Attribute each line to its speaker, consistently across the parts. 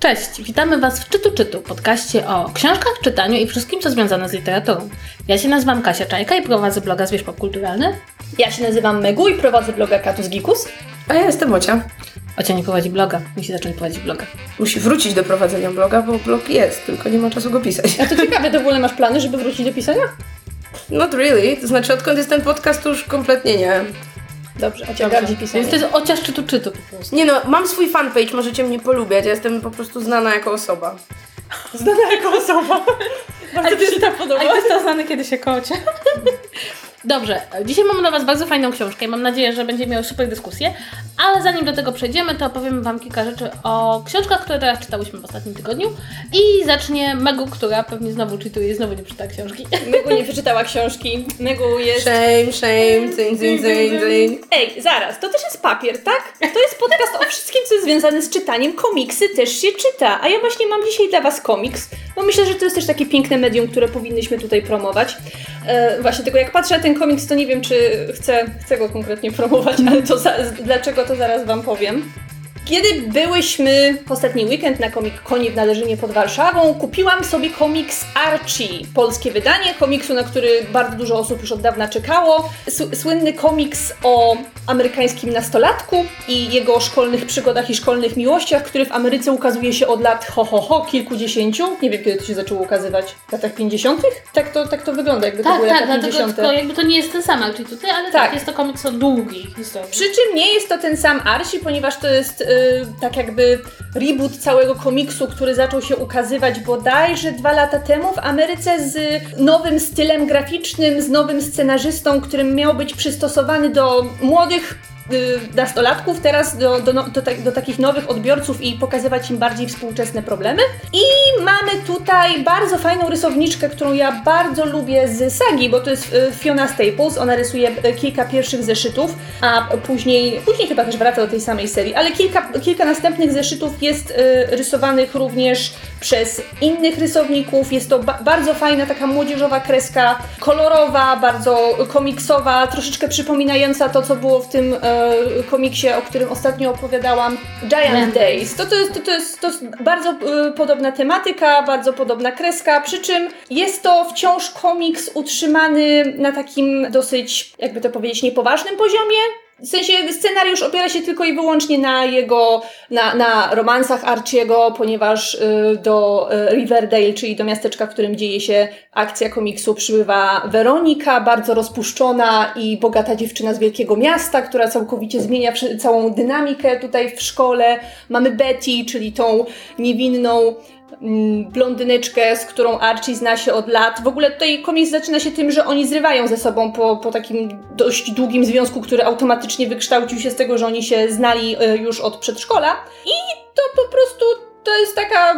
Speaker 1: Cześć, witamy Was w Czytu, podcaście o książkach, czytaniu i wszystkim, co związane z literaturą. Ja się nazywam Kasia Czajka i prowadzę bloga Zwierz Popkulturalny.
Speaker 2: Ja się nazywam Megu i prowadzę bloga Katus Gikus.
Speaker 3: A ja jestem Ocia.
Speaker 1: Ocia nie prowadzi bloga, musi zacząć prowadzić bloga.
Speaker 3: Musi wrócić do prowadzenia bloga, bo blog jest, tylko nie ma czasu go pisać.
Speaker 2: A to ciekawe, to w ogóle masz plany, żeby wrócić do pisania?
Speaker 3: Not really, to znaczy odkąd jest ten podcast, to już kompletnie nie.
Speaker 2: Dobrze, Ocia gardzi pisaniem.
Speaker 1: Więc to jest Ocia z Czytu po prostu.
Speaker 3: Nie no, mam swój fanpage, możecie mnie polubiać, ja jestem po prostu znana jako osoba.
Speaker 2: Znana jako osoba. Bardzo mi się tak podoba.
Speaker 1: A i to znany kiedyś jako Ocia. Dobrze, dzisiaj mamy dla Was bardzo fajną książkę i mam nadzieję, że będziemy miały super dyskusję, ale zanim do tego przejdziemy, to opowiemy Wam kilka rzeczy o książkach, które teraz czytałyśmy w ostatnim tygodniu i zacznie Megu, która pewnie znowu czytuje i znowu nie przeczytała książki.
Speaker 2: Megu nie przeczytała książki. Megu jest...
Speaker 3: Shame, zing.
Speaker 2: Ej, zaraz, to też jest papier, tak? To jest podcast o wszystkim, co jest związane z czytaniem. Komiksy też się czyta, a ja właśnie mam dzisiaj dla Was komiks, bo myślę, że to jest też takie piękne medium, które powinnyśmy tutaj promować. Właśnie tylko jak patrzę na ten komiks, to nie wiem, czy chcę go konkretnie promować, ale to dlaczego to zaraz Wam powiem. Kiedy byłyśmy w ostatni weekend na Comic-Conie w Nadarzynie pod Warszawą, kupiłam sobie komiks Archie, polskie wydanie komiksu, na który bardzo dużo osób już od dawna czekało. Słynny komiks o amerykańskim nastolatku i jego szkolnych przygodach i szkolnych miłościach, który w Ameryce ukazuje się od lat kilkudziesięciu. Nie wiem, kiedy to się zaczęło ukazywać. W latach 50? Tak to wygląda, jakby to były lata 50.
Speaker 1: Tylko jakby to nie jest ten sam Archie tutaj, ale tak, jest to komiks o długiej historii.
Speaker 2: Przy czym nie jest to ten sam Archie, ponieważ to jest tak jakby reboot całego komiksu, który zaczął się ukazywać bodajże 2 lata temu w Ameryce z nowym stylem graficznym, z nowym scenarzystą, który miał być przystosowany do młodych nastolatków, teraz do takich nowych odbiorców i pokazywać im bardziej współczesne problemy. I mamy tutaj bardzo fajną rysowniczkę, którą ja bardzo lubię z sagi, bo to jest Fiona Staples. Ona rysuje kilka pierwszych zeszytów, a później chyba też wraca do tej samej serii, ale kilka następnych zeszytów jest rysowanych również przez innych rysowników. Jest to bardzo fajna, taka młodzieżowa kreska, kolorowa, bardzo komiksowa, troszeczkę przypominająca to, co było w tym komiksie, o którym ostatnio opowiadałam, Giant Days. To jest bardzo podobna tematyka, bardzo podobna kreska, przy czym jest to wciąż komiks utrzymany na takim dosyć, jakby to powiedzieć, niepoważnym poziomie. W sensie scenariusz opiera się tylko i wyłącznie na romansach Archiego, ponieważ do Riverdale, czyli do miasteczka, w którym dzieje się akcja komiksu, przybywa Weronika, bardzo rozpuszczona i bogata dziewczyna z wielkiego miasta, która całkowicie zmienia całą dynamikę tutaj w szkole. Mamy Betty, czyli tą niewinną blondyneczkę, z którą Archie zna się od lat. W ogóle tutaj komiks zaczyna się tym, że oni zrywają ze sobą po takim dość długim związku, który automatycznie wykształcił się z tego, że oni się znali już od przedszkola. I to po prostu to jest taka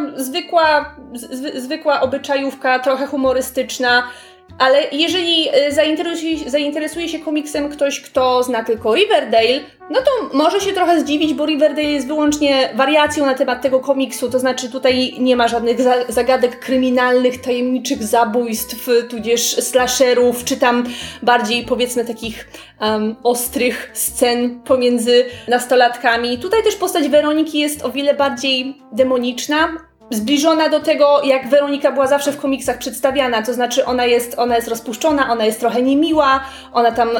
Speaker 2: zwykła obyczajówka, trochę humorystyczna. Ale jeżeli zainteresuje się komiksem ktoś, kto zna tylko Riverdale, no to może się trochę zdziwić, bo Riverdale jest wyłącznie wariacją na temat tego komiksu, to znaczy tutaj nie ma żadnych zagadek kryminalnych, tajemniczych zabójstw, tudzież slasherów, czy tam bardziej powiedzmy takich ostrych scen pomiędzy nastolatkami. Tutaj też postać Weroniki jest o wiele bardziej demoniczna, zbliżona do tego, jak Weronika była zawsze w komiksach przedstawiana, to znaczy ona jest rozpuszczona, ona jest trochę niemiła, ona tam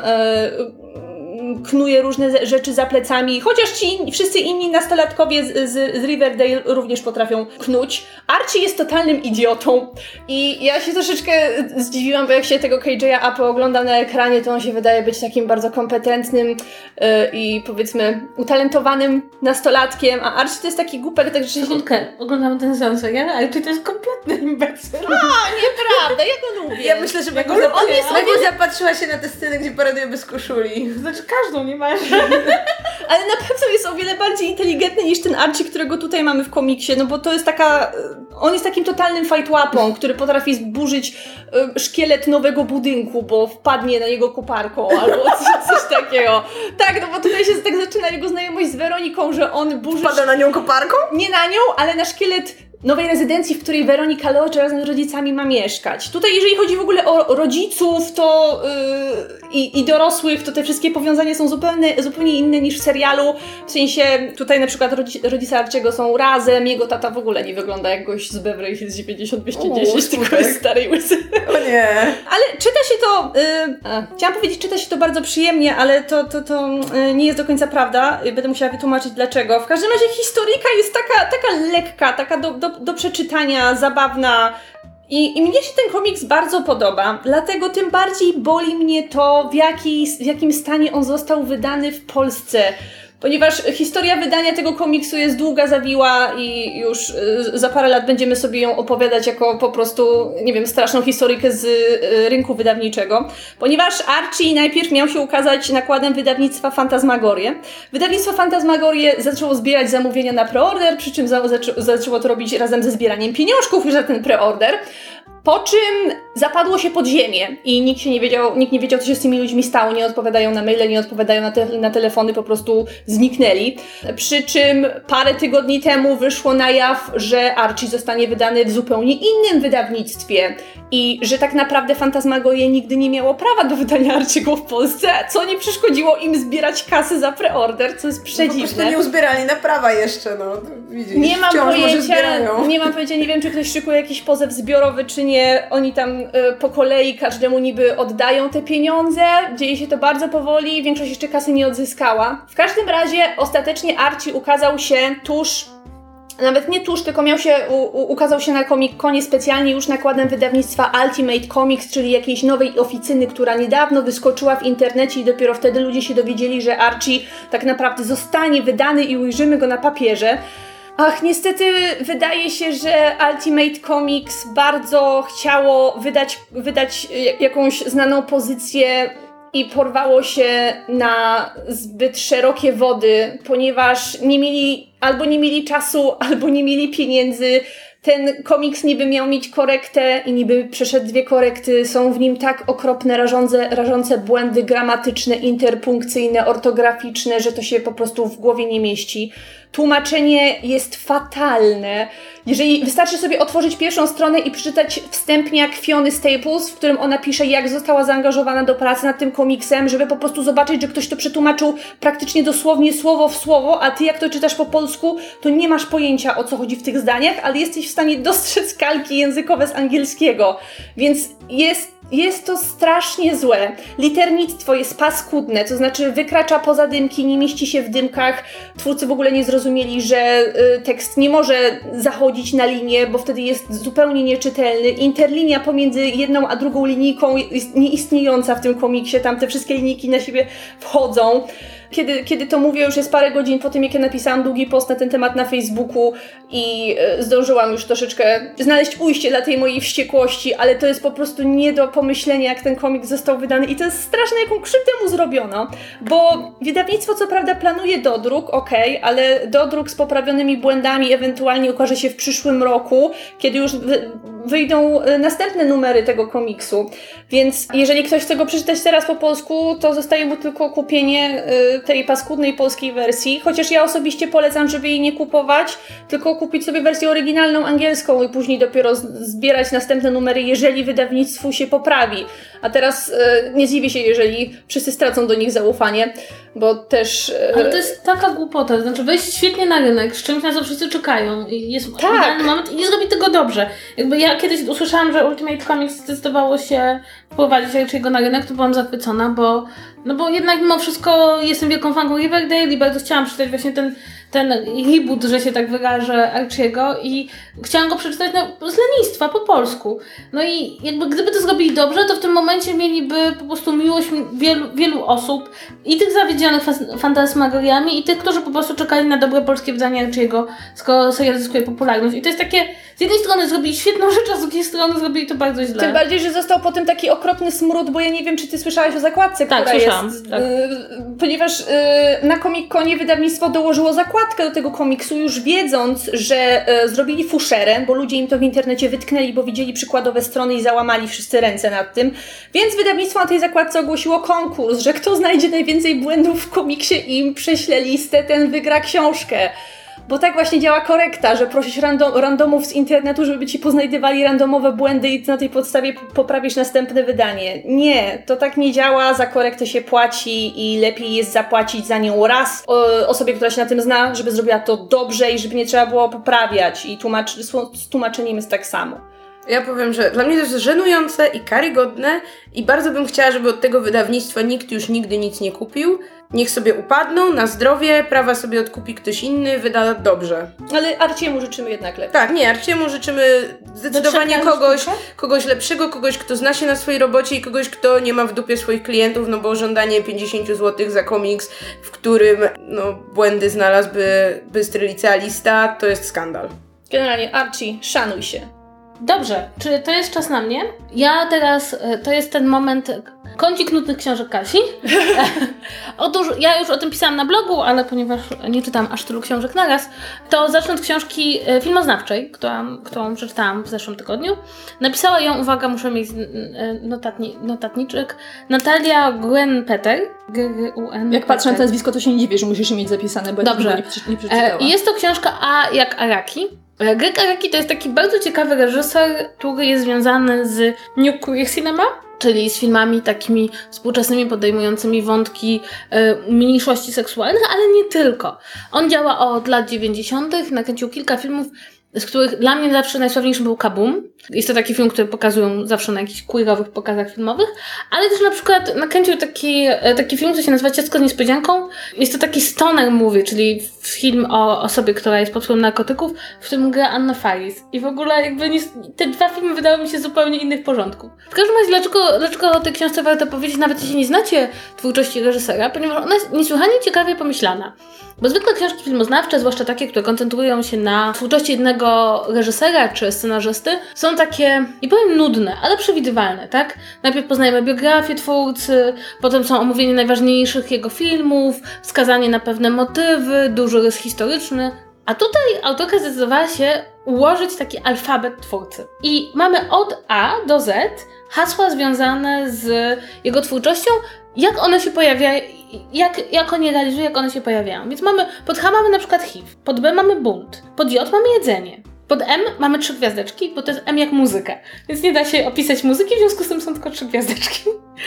Speaker 2: knuje różne rzeczy za plecami, chociaż ci wszyscy inni nastolatkowie z Riverdale również potrafią knuć. Archie jest totalnym idiotą i ja się troszeczkę zdziwiłam, bo jak się tego KJ'a poogląda na ekranie, to on się wydaje być takim bardzo kompetentnym i powiedzmy utalentowanym nastolatkiem, a Archie to jest taki głupek, tak
Speaker 1: rzeczywiście... Oglądam ten sam serial, ale czy to jest kompletny imbecyl?
Speaker 2: Nieprawda, ja go lubię.
Speaker 3: Ja myślę, że Megu zapatrzyła się na te sceny, gdzie paraduje bez koszuli.
Speaker 1: Znaczy każdą nie masz.
Speaker 2: Ale na pewno jest o wiele bardziej inteligentny niż ten Archie, którego tutaj mamy w komiksie, no bo to jest on jest takim totalnym fightłapą, który potrafi zburzyć szkielet nowego budynku, bo wpadnie na niego koparką albo coś takiego. Tak, no bo tutaj się tak zaczyna jego znajomość z Weroniką, że on burzy...
Speaker 3: Wpada na nią koparką?
Speaker 2: Nie na nią, ale na szkielet nowej rezydencji, w której Weronika Lodge razem z rodzicami ma mieszkać. Tutaj jeżeli chodzi w ogóle o rodziców, to i dorosłych, to te wszystkie powiązania są zupełnie inne niż w serialu. W sensie tutaj na przykład rodzice Archiego są razem, jego tata w ogóle nie wygląda jak gość z Beverly Hills 90210, tylko jest stary i łysy.
Speaker 3: O nie.
Speaker 2: Ale czyta się to, chciałam powiedzieć, czyta się to bardzo przyjemnie, ale to nie jest do końca prawda. Będę musiała wytłumaczyć dlaczego. W każdym razie historyjka jest taka lekka, taka do przeczytania, zabawna. I mnie się ten komiks bardzo podoba, dlatego tym bardziej boli mnie to, w jakim stanie on został wydany w Polsce. Ponieważ historia wydania tego komiksu jest długa, zawiła i już za parę lat będziemy sobie ją opowiadać jako po prostu, nie wiem, straszną historyjkę z rynku wydawniczego. Ponieważ Archie najpierw miał się ukazać nakładem wydawnictwa Fantasmagorie. Wydawnictwo Fantasmagorie zaczęło zbierać zamówienia na preorder, przy czym zaczęło to robić razem ze zbieraniem pieniążków już za ten preorder. Po czym zapadło się pod ziemię i nikt nie wiedział, co się z tymi ludźmi stało, nie odpowiadają na maile, nie odpowiadają na telefony, po prostu zniknęli. Przy czym parę tygodni temu wyszło na jaw, że Archie zostanie wydany w zupełnie innym wydawnictwie i że tak naprawdę Fantasmagorie nigdy nie miało prawa do wydania Archiego w Polsce, co nie przeszkodziło im zbierać kasy za preorder, co jest przedziwne.
Speaker 3: Po prostu nie uzbierali na prawa jeszcze, no. Widzisz,
Speaker 2: nie mam
Speaker 3: pojęcia,
Speaker 2: nie wiem, czy ktoś szykuje jakiś pozew zbiorowy, czy nie. Oni tam po kolei każdemu niby oddają te pieniądze. Dzieje się to bardzo powoli, większość jeszcze kasy nie odzyskała. W każdym razie ostatecznie Archie ukazał się nawet nie tuż, tylko ukazał się na Comic-Conie specjalnie już nakładem wydawnictwa Ultimate Comics, czyli jakiejś nowej oficyny, która niedawno wyskoczyła w internecie i dopiero wtedy ludzie się dowiedzieli, że Archie tak naprawdę zostanie wydany i ujrzymy go na papierze. Ach, niestety wydaje się, że Ultimate Comics bardzo chciało wydać jakąś znaną pozycję i porwało się na zbyt szerokie wody, ponieważ albo nie mieli czasu, albo nie mieli pieniędzy. Ten komiks niby miał mieć korektę i niby przeszedł 2 korekty. Są w nim tak okropne, rażące błędy gramatyczne, interpunkcyjne, ortograficzne, że to się po prostu w głowie nie mieści. Tłumaczenie jest fatalne. Jeżeli wystarczy sobie otworzyć pierwszą stronę i przeczytać wstępniak Fiony Staples, w którym ona pisze, jak została zaangażowana do pracy nad tym komiksem, żeby po prostu zobaczyć, że ktoś to przetłumaczył praktycznie dosłownie słowo w słowo, a ty jak to czytasz po polsku, to nie masz pojęcia, o co chodzi w tych zdaniach, ale jesteś w stanie dostrzec kalki językowe z angielskiego. Więc jest to strasznie złe. Liternictwo jest paskudne, to znaczy wykracza poza dymki, nie mieści się w dymkach. Twórcy w ogóle nie zrozumieli, że tekst nie może zachodzić na linię, bo wtedy jest zupełnie nieczytelny. Interlinia pomiędzy jedną a drugą linijką jest nieistniejąca w tym komiksie, tam te wszystkie linijki na siebie wchodzą. Kiedy to mówię, już jest parę godzin po tym, jak ja napisałam długi post na ten temat na Facebooku i zdążyłam już troszeczkę znaleźć ujście dla tej mojej wściekłości, ale to jest po prostu nie do pomyślenia, jak ten komiks został wydany i to jest straszne, jaką krzywdę mu zrobiono, bo wydawnictwo co prawda planuje dodruk, ale dodruk z poprawionymi błędami ewentualnie ukaże się w przyszłym roku, kiedy już wyjdą następne numery tego komiksu, więc jeżeli ktoś chce go przeczytać teraz po polsku, to zostaje mu tylko kupienie tej paskudnej polskiej wersji, chociaż ja osobiście polecam, żeby jej nie kupować, tylko kupić sobie wersję oryginalną angielską i później dopiero zbierać następne numery, jeżeli wydawnictwu się poprawi. A teraz nie zdziwię się, jeżeli wszyscy stracą do nich zaufanie, bo też...
Speaker 1: Ale to jest taka głupota, to znaczy wejść świetnie na rynek, z czymś na co wszyscy czekają i jest idealny moment i nie zrobić tego dobrze. Jakby ja kiedyś usłyszałam, że Ultimate Comics zdecydowało się wprowadzić Archiego na rynek, to byłam zachwycona, bo jednak mimo wszystko jestem wielką fanką Riverdale i bardzo chciałam przeczytać właśnie ten reboot, że się tak wyrażę, Archiego i chciałam go przeczytać z lenistwa po polsku. No i jakby gdyby to zrobili dobrze, to w tym momencie mieliby po prostu miłość wielu osób i tych zawiedzionych fantasmagoriami i tych, którzy po prostu czekali na dobre polskie wydanie Archiego, skoro serial zyskuje popularność. I to jest takie, z jednej strony zrobili świetną rzecz, a z drugiej strony zrobili to bardzo źle.
Speaker 2: Tym bardziej, że został potem taki okropny smród, bo ja nie wiem, czy ty słyszałaś o zakładce, która jest. Tak. Ponieważ na Comic-Conie wydawnictwo dołożyło zakładkę do tego komiksu, już wiedząc, że zrobili fuszerę, bo ludzie im to w internecie wytknęli, bo widzieli przykładowe strony i załamali wszyscy ręce nad tym. Więc wydawnictwo na tej zakładce ogłosiło konkurs, że kto znajdzie najwięcej błędów w komiksie i im prześle listę, ten wygra książkę. Bo tak właśnie działa korekta, że prosisz randomów z internetu, żeby ci poznajdywali randomowe błędy i ty na tej podstawie poprawisz następne wydanie. Nie, to tak nie działa, za korektę się płaci i lepiej jest zapłacić za nią raz osobie, która się na tym zna, żeby zrobiła to dobrze i żeby nie trzeba było poprawiać i z tłumaczeniem jest tak samo.
Speaker 3: Ja powiem, że dla mnie to jest żenujące i karygodne i bardzo bym chciała, żeby od tego wydawnictwa nikt już nigdy nic nie kupił. Niech sobie upadną na zdrowie, prawa sobie odkupi ktoś inny, wyda dobrze.
Speaker 2: Ale Arciemu życzymy jednak lepiej.
Speaker 3: Tak, nie, Arciemu życzymy zdecydowanie kogoś lepszego, kogoś, kto zna się na swojej robocie i kogoś, kto nie ma w dupie swoich klientów, no bo żądanie 50 zł za komiks, w którym błędy znalazłby bystry licealista, to jest skandal.
Speaker 2: Generalnie Archie, szanuj się.
Speaker 1: Dobrze, czy to jest czas na mnie? Ja teraz, to jest ten moment, kącik nudnych książek Kasi. Otóż ja już o tym pisałam na blogu, ale ponieważ nie czytam aż tylu książek naraz, to zacznę od książki filmoznawczej, którą przeczytałam w zeszłym tygodniu. Napisała ją, uwaga, muszę mieć notatniczek, Natalia Gruenpeter. G-R-U-N.
Speaker 2: Jak patrzę na to nazwisko, to się nie dziwię, że musisz je mieć zapisane, bo
Speaker 1: dobrze.
Speaker 2: Ja nie przeczytała.
Speaker 1: Jest to książka A jak Araki. Greg Araki to jest taki bardzo ciekawy reżyser, który jest związany z New Queer Cinema, czyli z filmami takimi współczesnymi, podejmującymi wątki mniejszości seksualnych, ale nie tylko. On działa od lat 90., nakręcił kilka filmów, z których dla mnie zawsze najsławniejszy był Kaboom. Jest to taki film, który pokazują zawsze na jakichś queerowych pokazach filmowych, ale też na przykład nakręcił taki film, który się nazywa Ciastko z niespodzianką. Jest to taki stoner movie, czyli film o osobie, która jest pod wpływem narkotyków, w którym gra Anna Faris. I w ogóle jakby te dwa filmy wydały mi się zupełnie innych porządków. W każdym razie, dlaczego o tej książce warto powiedzieć, nawet jeśli nie znacie twórczości reżysera, ponieważ ona jest niesłychanie ciekawie pomyślana. Bo zwykle książki filmoznawcze, zwłaszcza takie, które koncentrują się na twórczości jednego reżysera czy scenarzysty, są takie, nie powiem nudne, ale przewidywalne, tak? Najpierw poznajemy biografię twórcy, potem są omówienie najważniejszych jego filmów, wskazanie na pewne motywy, duży rys historyczny. A tutaj autorka zdecydowała się ułożyć taki alfabet twórcy. I mamy od A do Z hasła związane z jego twórczością, jak one się pojawiają, jak on je realizuje, jak one się pojawiają. Więc pod H mamy na przykład HIV, pod B mamy bunt, pod J mamy jedzenie, pod M mamy 3 gwiazdeczki, bo to jest M jak muzyka. Więc nie da się opisać muzyki, w związku z tym są tylko 3 gwiazdeczki.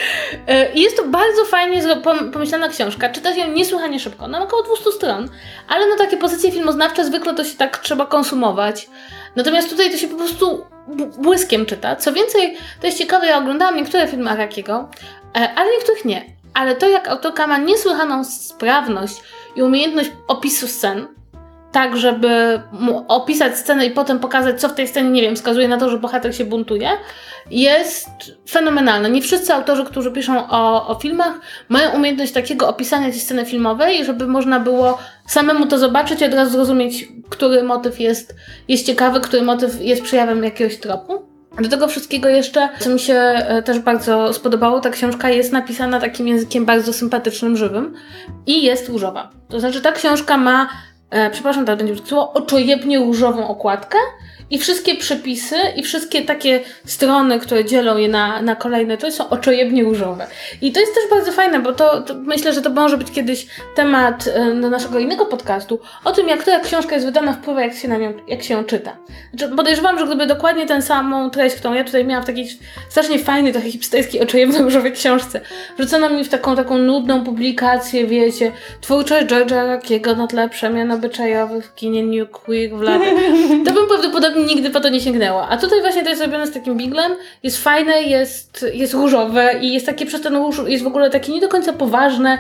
Speaker 1: I jest to bardzo fajnie pomyślana książka. Czyta się ją niesłychanie szybko. Mam około 200 stron, ale na takie pozycje filmoznawcze zwykle to się tak trzeba konsumować. Natomiast tutaj to się po prostu błyskiem czyta. Co więcej, to jest ciekawe, ja oglądałam niektóre filmy Arakiego, ale niektórych nie. Ale to, jak autorka ma niesłychaną sprawność i umiejętność opisu scen, tak żeby opisać scenę i potem pokazać, co w tej scenie, nie wiem, wskazuje na to, że bohater się buntuje, jest fenomenalne. Nie wszyscy autorzy, którzy piszą o filmach, mają umiejętność takiego opisania tej sceny filmowej, żeby można było samemu to zobaczyć i od razu zrozumieć, który motyw jest ciekawy, który motyw jest przejawem jakiegoś tropu. Do tego wszystkiego jeszcze, co mi się też bardzo spodobało, ta książka jest napisana takim językiem bardzo sympatycznym, żywym i jest różowa. To znaczy ta książka ma, przepraszam, to będzie brzydko, oczojebnie różową okładkę i wszystkie przepisy i wszystkie takie strony, które dzielą je na kolejne części, są oczojebnie różowe. I to jest też bardzo fajne, bo to myślę, że to może być kiedyś temat do naszego innego podcastu, o tym, jak która książka jest wydana, wpływa, jak się ją czyta. Znaczy, podejrzewam, że gdyby dokładnie tę samą treść, którą ja tutaj miałam w takiej strasznie fajnej, trochę hipsterskiej, oczojebno-różowej książce, wrzucono mi w taką nudną publikację, wiecie, twórczość George'a Arakiego na tle przemian obyczajowych w kinie New Queer w latach. To bym prawdopodobnie nigdy po to nie sięgnęła. A tutaj właśnie to jest zrobione z takim biglem, jest fajne, jest różowe i jest takie przez ten róż, jest w ogóle takie nie do końca poważne.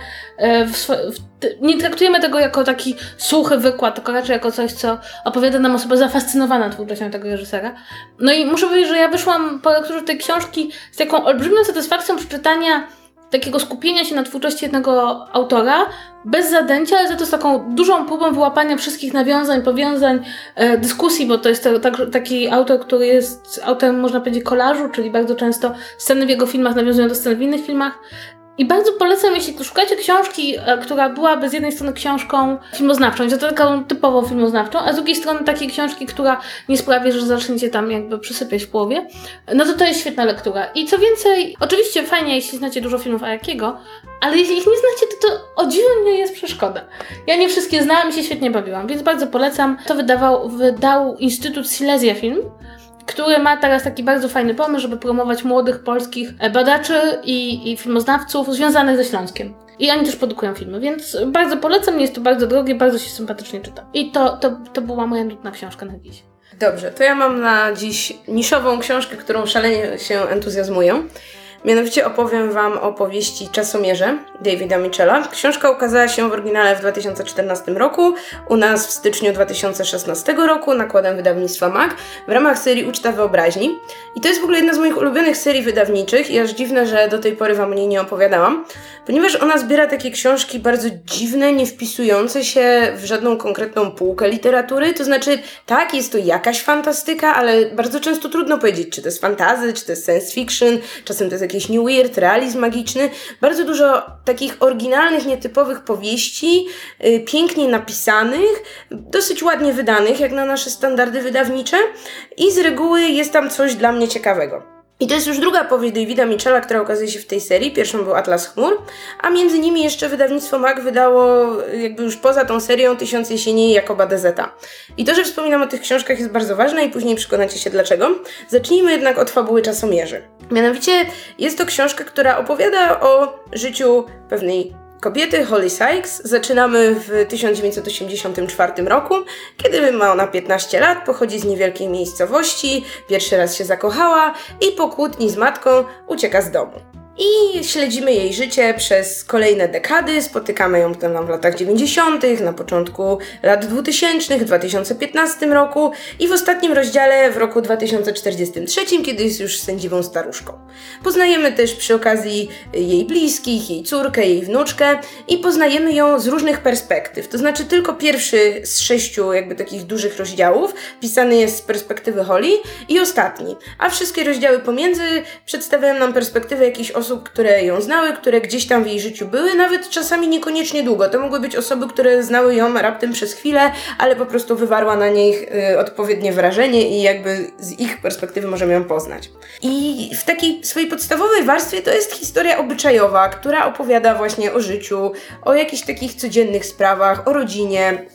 Speaker 1: Nie traktujemy tego jako taki suchy wykład, tylko raczej jako coś, co opowiada nam osoba zafascynowana twórczością tego reżysera. No i muszę powiedzieć, że ja wyszłam po lekturze tej książki z taką olbrzymią satysfakcją przeczytania, takiego skupienia się na twórczości jednego autora, bez zadęcia, ale za to z taką dużą próbą wyłapania wszystkich nawiązań, powiązań, dyskusji, bo to jest taki autor, który jest autorem, można powiedzieć, kolażu, czyli bardzo często sceny w jego filmach nawiązują do scen w innych filmach. I bardzo polecam, jeśli szukacie książki, która byłaby z jednej strony książką filmoznawczą, to taką typowo filmoznawczą, a z drugiej strony takiej książki, która nie sprawi, że zaczniecie tam jakby przysypiać w połowie, no to jest świetna lektura. I co więcej, oczywiście fajnie, jeśli znacie dużo filmów Arakiego, ale jeśli ich nie znacie, to o dziwo nie jest przeszkoda. Ja nie wszystkie znałam i się świetnie bawiłam, więc bardzo polecam. To wydał Instytut Silesia Film, który ma teraz taki bardzo fajny pomysł, żeby promować młodych polskich badaczy i filmoznawców związanych ze Śląskiem. I oni też produkują filmy, więc bardzo polecam, nie jest to bardzo drogie, bardzo się sympatycznie czyta. I to była moja nudna książka na dziś.
Speaker 3: Dobrze, to ja mam na dziś niszową książkę, którą szalenie się entuzjazmuję. Mianowicie opowiem Wam o powieści Czasomierze Davida Mitchella. Książka ukazała się w oryginale w 2014 roku, u nas w styczniu 2016 roku nakładem wydawnictwa MAK w ramach serii Uczta Wyobraźni. I to jest w ogóle jedna z moich ulubionych serii wydawniczych i aż dziwne, że do tej pory Wam o niej nie opowiadałam, ponieważ ona zbiera takie książki bardzo dziwne, nie wpisujące się w żadną konkretną półkę literatury. To znaczy, tak, jest to jakaś fantastyka, ale bardzo często trudno powiedzieć, czy to jest fantasy, czy to jest science fiction, czasem to jest jakiś new weird, realizm magiczny. Bardzo dużo takich oryginalnych, nietypowych powieści, pięknie napisanych, dosyć ładnie wydanych, jak na nasze standardy wydawnicze i z reguły jest tam coś dla mnie ciekawego. I to jest już druga powieść Davida Mitchella, która okazuje się w tej serii. Pierwszą był Atlas Chmur, a między nimi jeszcze wydawnictwo MAK wydało jakby już poza tą serią 1000 jesieni Jakoba Dezeta. I to, że wspominam o tych książkach jest bardzo ważne i później przekonacie się dlaczego. Zacznijmy jednak od fabuły Czasomierzy. Mianowicie jest to książka, która opowiada o życiu pewnej kobiety, Holly Sykes. Zaczynamy w 1984 roku, kiedy ma ona 15 lat, pochodzi z niewielkiej miejscowości, pierwszy raz się zakochała i po kłótni z matką ucieka z domu. I śledzimy jej życie przez kolejne dekady, spotykamy ją potem w latach 90., na początku lat 2000, w 2015 roku i w ostatnim rozdziale w roku 2043, kiedy jest już sędziwą staruszką. Poznajemy też przy okazji jej bliskich, jej córkę, jej wnuczkę i poznajemy ją z różnych perspektyw. To znaczy tylko pierwszy z 6 jakby takich dużych rozdziałów pisany jest z perspektywy Holly i ostatni, a wszystkie rozdziały pomiędzy przedstawiają nam perspektywę jakichś osób, które ją znały, które gdzieś tam w jej życiu były, nawet czasami niekoniecznie długo. To mogły być osoby, które znały ją raptem przez chwilę, ale po prostu wywarła na nich odpowiednie wrażenie i jakby z ich perspektywy możemy ją poznać. I w takiej swojej podstawowej warstwie to jest historia obyczajowa, która opowiada właśnie o życiu, o jakichś takich codziennych sprawach, o rodzinie,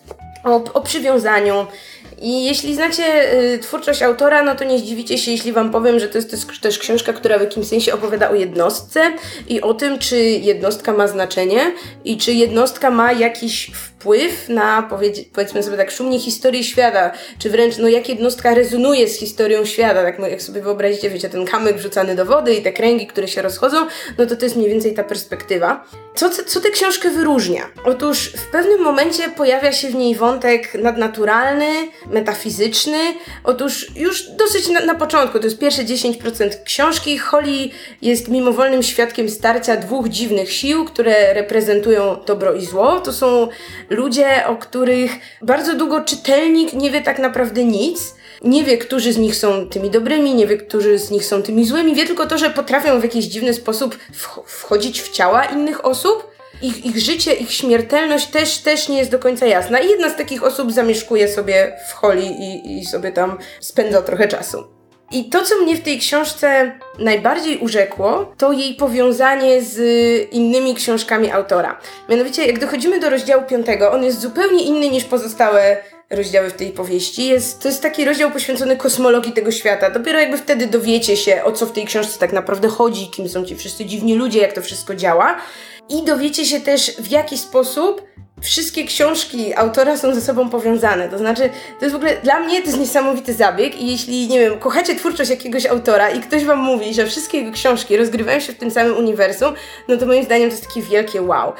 Speaker 3: o przywiązaniu. I jeśli znacie twórczość autora, no to nie zdziwicie się, jeśli Wam powiem, że to jest też książka, która w jakimś sensie opowiada o jednostce i o tym, czy jednostka ma znaczenie i czy jednostka ma jakiś wpływ na, powiedzmy sobie tak szumnie, historię świata, czy wręcz, no jak jednostka rezonuje z historią świata, tak jak sobie wyobrazicie, wiecie, ten kamyk wrzucany do wody i te kręgi, które się rozchodzą, no to jest mniej więcej ta perspektywa. Co tę książkę wyróżnia? Otóż w pewnym momencie pojawia się w niej wątek nadnaturalny, metafizyczny. Otóż już dosyć na początku, to jest pierwsze 10% książki, Holly jest mimowolnym świadkiem starcia dwóch dziwnych sił, które reprezentują dobro i zło. To są ludzie, o których bardzo długo czytelnik nie wie tak naprawdę nic. Nie wie, którzy z nich są tymi dobrymi, nie wie, którzy z nich są tymi złymi. Wie tylko to, że potrafią w jakiś dziwny sposób wchodzić w ciała innych osób. Ich życie, ich śmiertelność też nie jest do końca jasna. I jedna z takich osób zamieszkuje sobie w Holly i sobie tam spędza trochę czasu. I to, co mnie w tej książce najbardziej urzekło, to jej powiązanie z innymi książkami autora. Mianowicie, jak dochodzimy do rozdziału 5, on jest zupełnie inny niż pozostałe rozdziały w tej powieści. To jest taki rozdział poświęcony kosmologii tego świata. Dopiero jakby wtedy dowiecie się, o co w tej książce tak naprawdę chodzi, kim są ci wszyscy dziwni ludzie, jak to wszystko działa. I dowiecie się też, w jaki sposób wszystkie książki autora są ze sobą powiązane. To znaczy, to jest w ogóle, dla mnie to jest niesamowity zabieg i jeśli, nie wiem, kochacie twórczość jakiegoś autora i ktoś wam mówi, że wszystkie jego książki rozgrywają się w tym samym uniwersum, no to moim zdaniem to jest takie wielkie wow.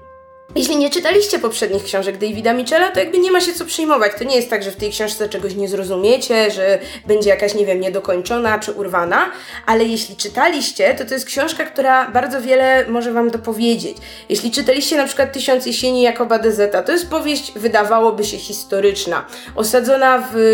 Speaker 3: Jeśli nie czytaliście poprzednich książek Davida Mitchella, to jakby nie ma się co przejmować. To nie jest tak, że w tej książce czegoś nie zrozumiecie, że będzie jakaś, nie wiem, niedokończona czy urwana, ale jeśli czytaliście, to jest książka, która bardzo wiele może wam dopowiedzieć. Jeśli czytaliście na przykład 1000 jesieni Jakoba Dezeta, to jest powieść, wydawałoby się historyczna, osadzona w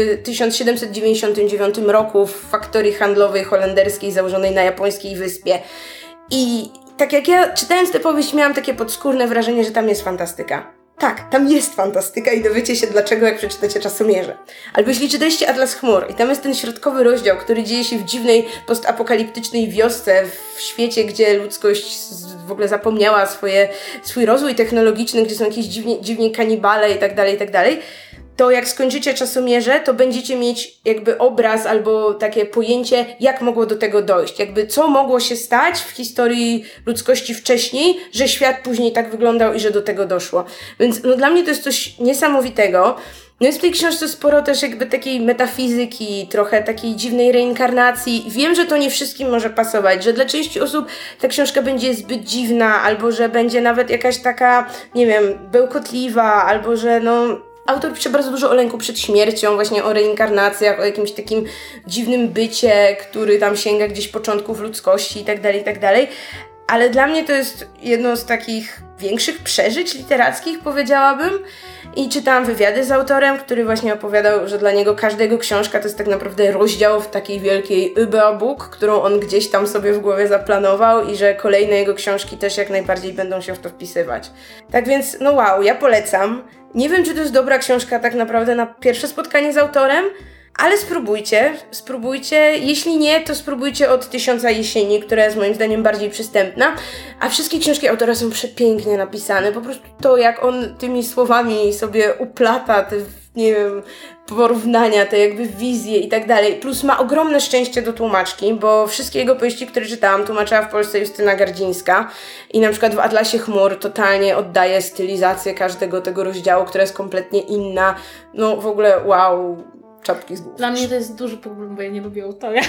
Speaker 3: 1799 roku w faktorii handlowej holenderskiej założonej na japońskiej wyspie. I tak jak ja czytając tę powieść miałam takie podskórne wrażenie, że tam jest fantastyka. Tak, tam jest fantastyka i dowiecie się dlaczego, jak przeczytacie Czasomierze. Albo jeśli czytaliście Atlas Chmur i tam jest ten środkowy rozdział, który dzieje się w dziwnej, postapokaliptycznej wiosce, w świecie, gdzie ludzkość w ogóle zapomniała swój rozwój technologiczny, gdzie są jakieś dziwni kanibale i tak dalej, to jak skończycie Czasomierze, to będziecie mieć jakby obraz albo takie pojęcie, jak mogło do tego dojść. Jakby co mogło się stać w historii ludzkości wcześniej, że świat później tak wyglądał i że do tego doszło. Więc no, dla mnie to jest coś niesamowitego. No jest w tej książce sporo też jakby takiej metafizyki, trochę takiej dziwnej reinkarnacji. Wiem, że to nie wszystkim może pasować, że dla części osób ta książka będzie zbyt dziwna, albo że będzie nawet jakaś taka, nie wiem, bełkotliwa, albo że no... Autor pisze bardzo dużo o lęku przed śmiercią, właśnie o reinkarnacjach, o jakimś takim dziwnym bycie, który tam sięga gdzieś początków ludzkości i tak dalej. Ale dla mnie to jest jedno z takich większych przeżyć literackich, powiedziałabym. I czytałam wywiady z autorem, który właśnie opowiadał, że dla niego każda jego książka to jest tak naprawdę rozdział w takiej wielkiej Überbook, którą on gdzieś tam sobie w głowie zaplanował i że kolejne jego książki też jak najbardziej będą się w to wpisywać. Tak więc, no wow, ja polecam. Nie wiem, czy to jest dobra książka tak naprawdę na pierwsze spotkanie z autorem, ale spróbujcie. Jeśli nie, to spróbujcie od 1000 jesieni, która jest moim zdaniem bardziej przystępna. A wszystkie książki autora są przepięknie napisane. Po prostu to, jak on tymi słowami sobie uplata te, nie wiem, porównania, te jakby wizje i tak dalej. Plus ma ogromne szczęście do tłumaczki, bo wszystkie jego powieści, które czytałam, tłumaczyła w Polsce Justyna Gardzińska. I na przykład w Atlasie Chmur totalnie oddaje stylizację każdego tego rozdziału, która jest kompletnie inna. No w ogóle wow, czapki z głów.
Speaker 1: Dla mnie to jest duży problem, bo ja nie lubię autora.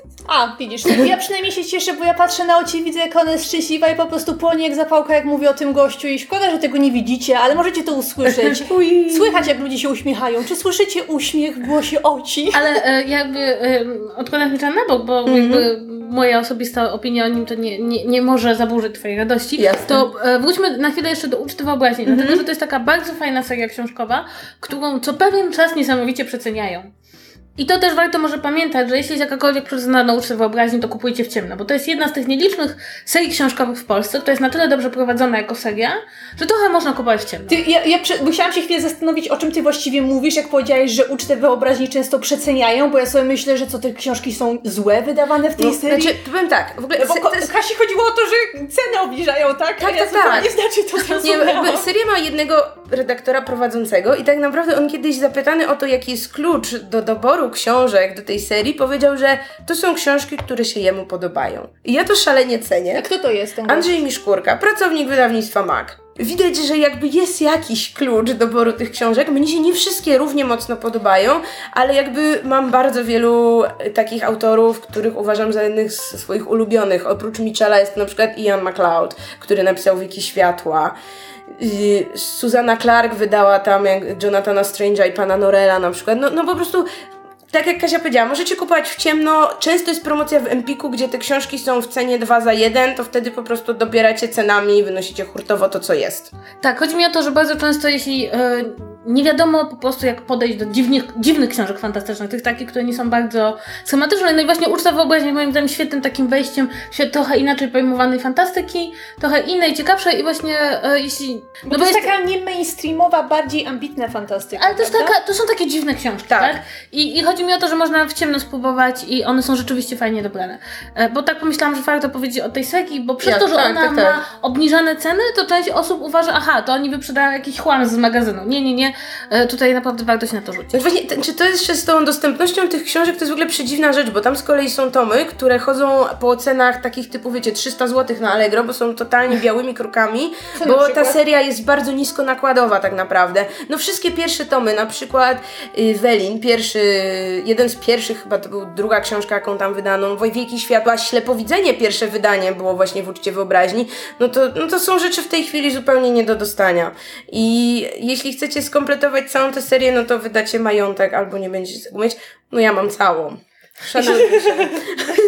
Speaker 2: A, widzisz, ja przynajmniej się cieszę, bo ja patrzę na oczy i widzę, jak ona jest szczęśliwa i po prostu płonie jak zapałka, jak mówię o tym gościu i szkoda, że tego nie widzicie, ale możecie to usłyszeć. Słychać, jak ludzie się uśmiechają. Czy słyszycie uśmiech w głosie Oci?
Speaker 1: Ale jakby odkładam się na bok, bo jakby moja osobista opinia o nim to nie może zaburzyć twojej radości.
Speaker 3: Jasne.
Speaker 1: To wróćmy na chwilę jeszcze do Uczty Wyobraźni, dlatego że to jest taka bardzo fajna seria książkowa, którą co pewien czas niesamowicie przeceniają. I to też warto może pamiętać, że jeśli jest jakakolwiek procedura na Ucztę Wyobraźni, to kupujcie w ciemno, bo to jest jedna z tych nielicznych serii książkowych w Polsce, która jest na tyle dobrze prowadzona jako seria, że trochę można kupować w ciemno.
Speaker 2: Musiałam się chwilę zastanowić, o czym ty właściwie mówisz, jak powiedziałeś, że Ucztę Wyobraźni często przeceniają, bo ja sobie myślę, że te książki są złe wydawane w tej serii.
Speaker 3: Znaczy, powiem tak, w ogóle...
Speaker 2: Kasi chodziło o to, że ceny obniżają, tak?
Speaker 3: Tak.
Speaker 2: Nie znaczy to
Speaker 3: Nie,
Speaker 2: zrozumiałam.
Speaker 3: jakby seria ma jednego redaktora prowadzącego i tak naprawdę on kiedyś zapytany o to, jaki jest klucz do doboru książek do tej serii, powiedział, że to są książki, które się jemu podobają. I ja to szalenie cenię.
Speaker 2: A kto to jest ten
Speaker 3: Andrzej Miszkurka, pracownik wydawnictwa MAK. Widać, że jakby jest jakiś klucz doboru tych książek. Mnie się nie wszystkie równie mocno podobają, ale jakby mam bardzo wielu takich autorów, których uważam za jednych z swoich ulubionych. Oprócz Mitchella jest na przykład Ian MacLeod, który napisał Wiki Światła. Susanna Clark wydała tam jak Jonathana Strange'a i Pana Norella na przykład. No po prostu... Tak jak Kasia powiedziała, możecie kupować w ciemno, często jest promocja w Empiku, gdzie te książki są w cenie 2 za 1, to wtedy po prostu dobieracie cenami i wynosicie hurtowo to, co jest.
Speaker 1: Tak, chodzi mi o to, że bardzo często jeśli nie wiadomo po prostu jak podejść do dziwnych książek fantastycznych, tych takich, które nie są bardzo schematyczne, no i właśnie Uczta Wyobraźni moim zdaniem świetnym takim wejściem w świat trochę inaczej pojmowanej fantastyki, trochę innej, ciekawszej i właśnie jeśli...
Speaker 2: Bo to jest taka nie mainstreamowa, bardziej ambitna fantastyka.
Speaker 1: Ale to są takie dziwne książki, tak? I chodzi mi o to, że można w ciemno spróbować i one są rzeczywiście fajnie dobrane. Bo tak pomyślałam, że warto powiedzieć o tej serii, bo przez to, że ona ma obniżane ceny, to część osób uważa, to oni wyprzedają jakiś chłam z magazynu. Nie. Tutaj naprawdę warto się na to rzucić.
Speaker 3: Właśnie, czy to jest jeszcze z tą dostępnością tych książek, to jest w ogóle przedziwna rzecz, bo tam z kolei są tomy, które chodzą po cenach takich typu, wiecie, 300 zł na Allegro, bo są totalnie białymi krokami, bo ta seria jest bardzo nisko nakładowa tak naprawdę. No wszystkie pierwsze tomy, na przykład Welin, jeden z pierwszych, chyba to była druga książka, jaką tam wydano, Wieki Światła, Ślepowidzenie, pierwsze wydanie było właśnie w Uczcie Wyobraźni, no to są rzeczy w tej chwili zupełnie nie do dostania. I jeśli chcecie skompletować całą tę serię, no to wydacie majątek albo nie będziecie tego mieć. No ja mam całą. Szanuję się.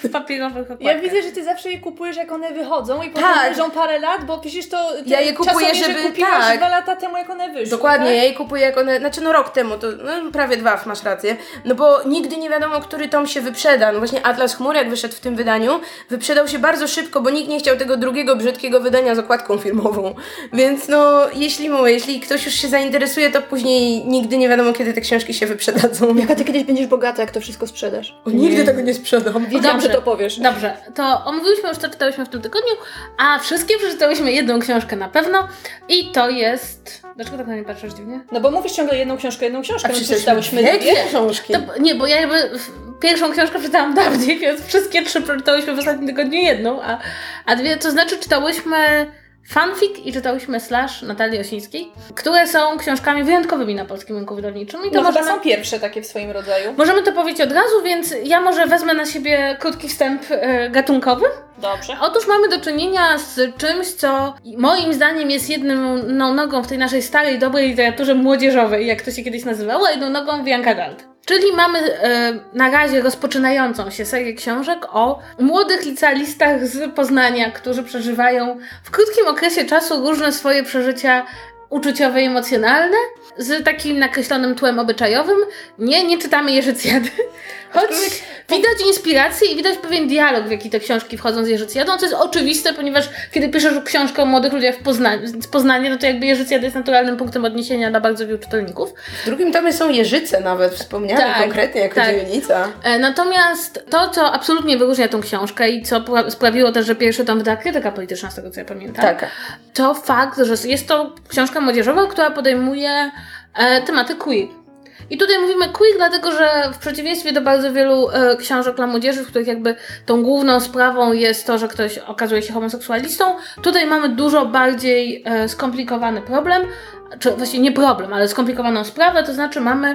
Speaker 1: w papierowych okładkach.
Speaker 2: Ja widzę, że ty zawsze je kupujesz, jak one wychodzą i potem
Speaker 3: Tak.
Speaker 2: leżą parę lat, bo przecież to
Speaker 3: Ja je kupuję, żeby-
Speaker 2: kupiłaś
Speaker 3: tak.
Speaker 2: 2 lata temu, jak one wyszły.
Speaker 3: Dokładnie,
Speaker 2: tak?
Speaker 3: ja je kupuję jak one, znaczy no rok temu, to prawie 2, masz rację, no bo nigdy nie wiadomo, który tom się wyprzeda. No właśnie Atlas Chmur, jak wyszedł w tym wydaniu, wyprzedał się bardzo szybko, bo nikt nie chciał tego drugiego brzydkiego wydania z okładką filmową. Więc no, jeśli ktoś już się zainteresuje, to później nigdy nie wiadomo, kiedy te książki się wyprzedadzą.
Speaker 2: Jaka ty kiedyś będziesz bogata, jak to wszystko sprzedasz?
Speaker 3: Nigdy tego nie sprzedam.
Speaker 2: Wiedziałam, że to powiesz.
Speaker 1: Dobrze, to omówiłyśmy już, co czytałyśmy w tym tygodniu, a wszystkie przeczytałyśmy jedną książkę na pewno i to jest... Dlaczego tak na mnie patrzysz dziwnie?
Speaker 2: No bo mówisz ciągle jedną książkę, no
Speaker 3: przeczytałyśmy
Speaker 2: dwie.
Speaker 3: dwie książki.
Speaker 1: Nie, bo ja jakby pierwszą książkę przeczytałam dawniej, więc wszystkie 3 przeczytałyśmy w ostatnim tygodniu jedną, a 2, to znaczy czytałyśmy fanfic i czytałyśmy Slash Natalii Osińskiej, które są książkami wyjątkowymi na polskim rynku wydawniczym. I to
Speaker 2: No chyba są pierwsze takie w swoim rodzaju.
Speaker 1: Możemy to powiedzieć od razu, więc ja może wezmę na siebie krótki wstęp gatunkowy.
Speaker 2: Dobrze.
Speaker 1: Otóż mamy do czynienia z czymś, co moim zdaniem jest jedną nogą w tej naszej starej, dobrej literaturze młodzieżowej, jak to się kiedyś nazywało, a jedną nogą w young adult. Czyli mamy na razie rozpoczynającą się serię książek o młodych licealistach z Poznania, którzy przeżywają w krótkim okresie czasu różne swoje przeżycia uczuciowe i emocjonalne, z takim nakreślonym tłem obyczajowym. Nie czytamy Jerzycjady, choć widać inspirację i widać pewien dialog, w jaki te książki wchodzą z Jerzycjadą, co jest oczywiste, ponieważ kiedy piszesz książkę o młodych ludziach z Poznania, no to jakby Jerzycjada jest naturalnym punktem odniesienia dla bardzo wielu czytelników.
Speaker 3: W drugim tomie są Jeżyce nawet wspomniane konkretnie jako dzielnica.
Speaker 1: Natomiast to, co absolutnie wyróżnia tą książkę i co sprawiło też, że pierwszy tom wydała Krytyka Polityczna, z tego co ja pamiętam, to fakt, że jest to książka młodzieżowa, która podejmuje tematy queer. I tutaj mówimy queer, dlatego że w przeciwieństwie do bardzo wielu książek dla młodzieży, w których jakby tą główną sprawą jest to, że ktoś okazuje się homoseksualistą, tutaj mamy dużo bardziej skomplikowany problem, czy właściwie nie problem, ale skomplikowaną sprawę, to znaczy mamy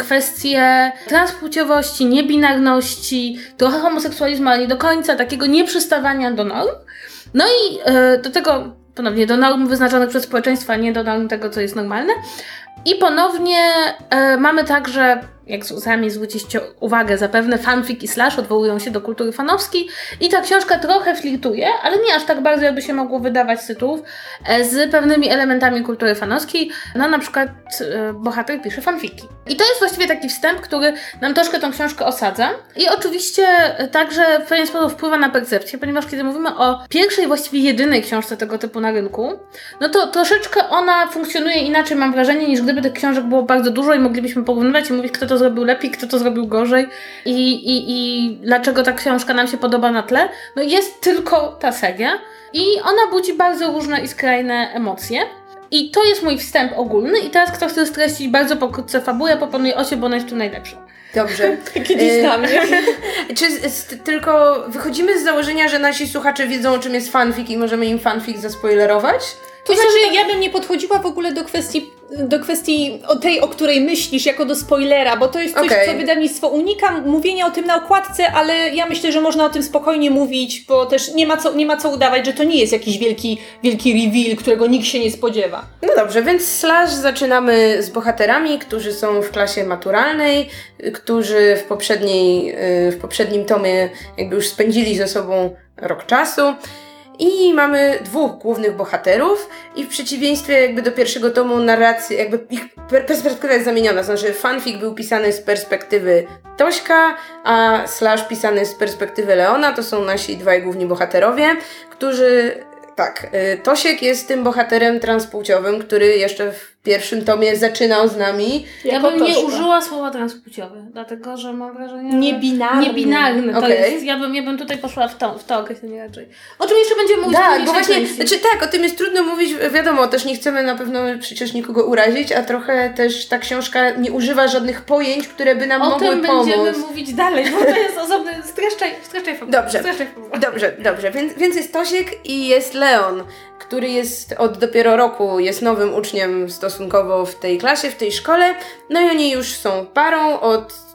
Speaker 1: kwestię transpłciowości, niebinarności, trochę homoseksualizmu, ale nie do końca, takiego nieprzystawania do norm. No i do tego ponownie do norm wyznaczonych przez społeczeństwo, a nie do norm tego, co jest normalne. I ponownie mamy także, jak sami zwróciliście uwagę, zapewne fanfic i slash odwołują się do kultury fanowskiej i ta książka trochę flirtuje, ale nie aż tak bardzo, jakby się mogło wydawać z tytułów, z pewnymi elementami kultury fanowskiej. No na przykład bohater pisze fanfiki. I to jest właściwie taki wstęp, który nam troszkę tą książkę osadza i oczywiście także w pewien sposób wpływa na percepcję, ponieważ kiedy mówimy o pierwszej, właściwie jedynej książce tego typu na rynku, no to troszeczkę ona funkcjonuje inaczej, mam wrażenie, niż gdyby tych książek było bardzo dużo i moglibyśmy porównywać i mówić, kto to zrobił lepiej, kto to zrobił gorzej i dlaczego ta książka nam się podoba na tle. No jest tylko ta seria i ona budzi bardzo różne i skrajne emocje. I to jest mój wstęp ogólny i teraz kto chce streścić bardzo pokrótce fabułę, proponuję Osię, bo ona jest tu najlepsza.
Speaker 3: Dobrze.
Speaker 2: Kiedyś na mnie.
Speaker 3: Czy tylko wychodzimy z założenia, że nasi słuchacze wiedzą, o czym jest fanfic i możemy im fanfic zaspoilerować?
Speaker 2: To znaczy, ja bym nie podchodziła w ogóle do kwestii tej, o której myślisz, jako do spoilera, bo to jest coś, co wydawnictwo unika, mówienia o tym na okładce, ale ja myślę, że można o tym spokojnie mówić, bo też nie ma co udawać, że to nie jest jakiś wielki reveal, którego nikt się nie spodziewa.
Speaker 3: No dobrze, więc Slash zaczynamy z bohaterami, którzy są w klasie maturalnej, którzy w poprzednim tomie jakby już spędzili ze sobą rok czasu. I mamy 2 głównych bohaterów i w przeciwieństwie jakby do pierwszego tomu narracji, jakby ich perspektywa jest zamieniona, znaczy fanfic był pisany z perspektywy Tośka, a Slash pisany z perspektywy Leona, to są nasi 2 główni bohaterowie, którzy... Tak, Tosiek jest tym bohaterem transpłciowym, który jeszcze w pierwszym tomie zaczynał z nami.
Speaker 1: Ja bym nie użyła słowa transpłciowy, dlatego że mam wrażenie, że... Niebinarny to jest. Ja bym tutaj poszła w to określenie raczej. O czym jeszcze będziemy mówić?
Speaker 3: Tak, bo właśnie, o tym jest trudno mówić, wiadomo, też nie chcemy na pewno przecież nikogo urazić, a trochę też ta książka nie używa żadnych pojęć, które by nam mogły pomóc.
Speaker 1: O tym będziemy mówić dalej, bo to jest osobny... Streszczaj fabułę.
Speaker 3: Dobrze, więc jest Tosiek i jest Leon, który jest od dopiero roku, jest nowym uczniem stosunkowo w tej klasie, w tej szkole, no i oni już są parą od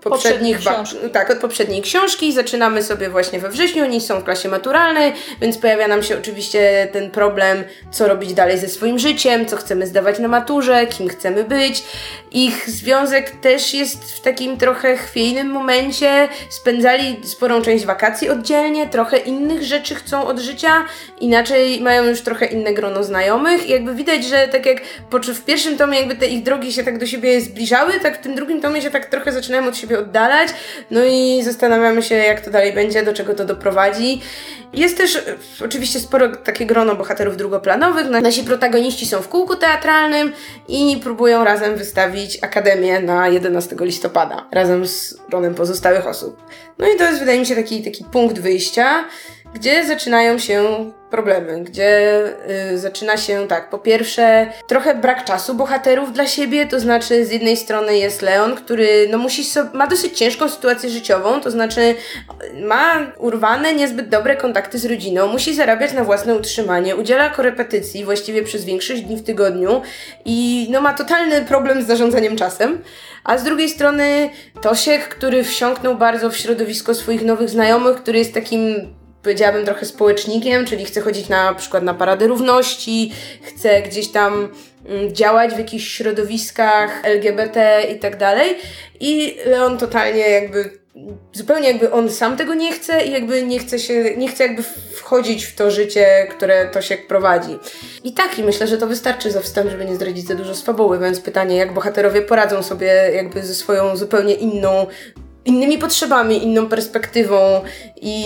Speaker 3: od poprzedniej książki. Zaczynamy sobie właśnie we wrześniu, oni są w klasie maturalnej, więc pojawia nam się oczywiście ten problem, co robić dalej ze swoim życiem, co chcemy zdawać na maturze, kim chcemy być. Ich związek też jest w takim trochę chwiejnym momencie. Spędzali sporą część wakacji oddzielnie, trochę innych rzeczy chcą od życia, inaczej mają już trochę inne grono znajomych i jakby widać, że tak jak w pierwszym tomie jakby te ich drogi się tak do siebie zbliżały, tak w tym drugim tomie się tak trochę zaczynają od siebie oddalać, no i zastanawiamy się, jak to dalej będzie, do czego to doprowadzi. Jest też oczywiście sporo takie grono bohaterów drugoplanowych. Nasi protagoniści są w kółku teatralnym i próbują razem wystawić Akademię na 11 listopada, razem z gronem pozostałych osób. No i to jest, wydaje mi się, taki punkt wyjścia, gdzie zaczynają się problemy, gdzie zaczyna się tak, po pierwsze trochę brak czasu bohaterów dla siebie, to znaczy z jednej strony jest Leon, który ma dosyć ciężką sytuację życiową, to znaczy ma urwane niezbyt dobre kontakty z rodziną, musi zarabiać na własne utrzymanie, udziela korepetycji właściwie przez większość dni w tygodniu i ma totalny problem z zarządzaniem czasem. A z drugiej strony Tosiek, który wsiąknął bardzo w środowisko swoich nowych znajomych, który jest takim, powiedziałabym, trochę społecznikiem, czyli chce chodzić na przykład na Paradę Równości, chce gdzieś tam działać w jakichś środowiskach LGBT i tak dalej. I Leon totalnie zupełnie on sam tego nie chce i nie chce wchodzić w to życie, które Tosiek prowadzi. I myślę, że to wystarczy za wstęp, żeby nie zdradzić za dużo z fabuły, więc pytanie, jak bohaterowie poradzą sobie ze swoją zupełnie innymi potrzebami, inną perspektywą i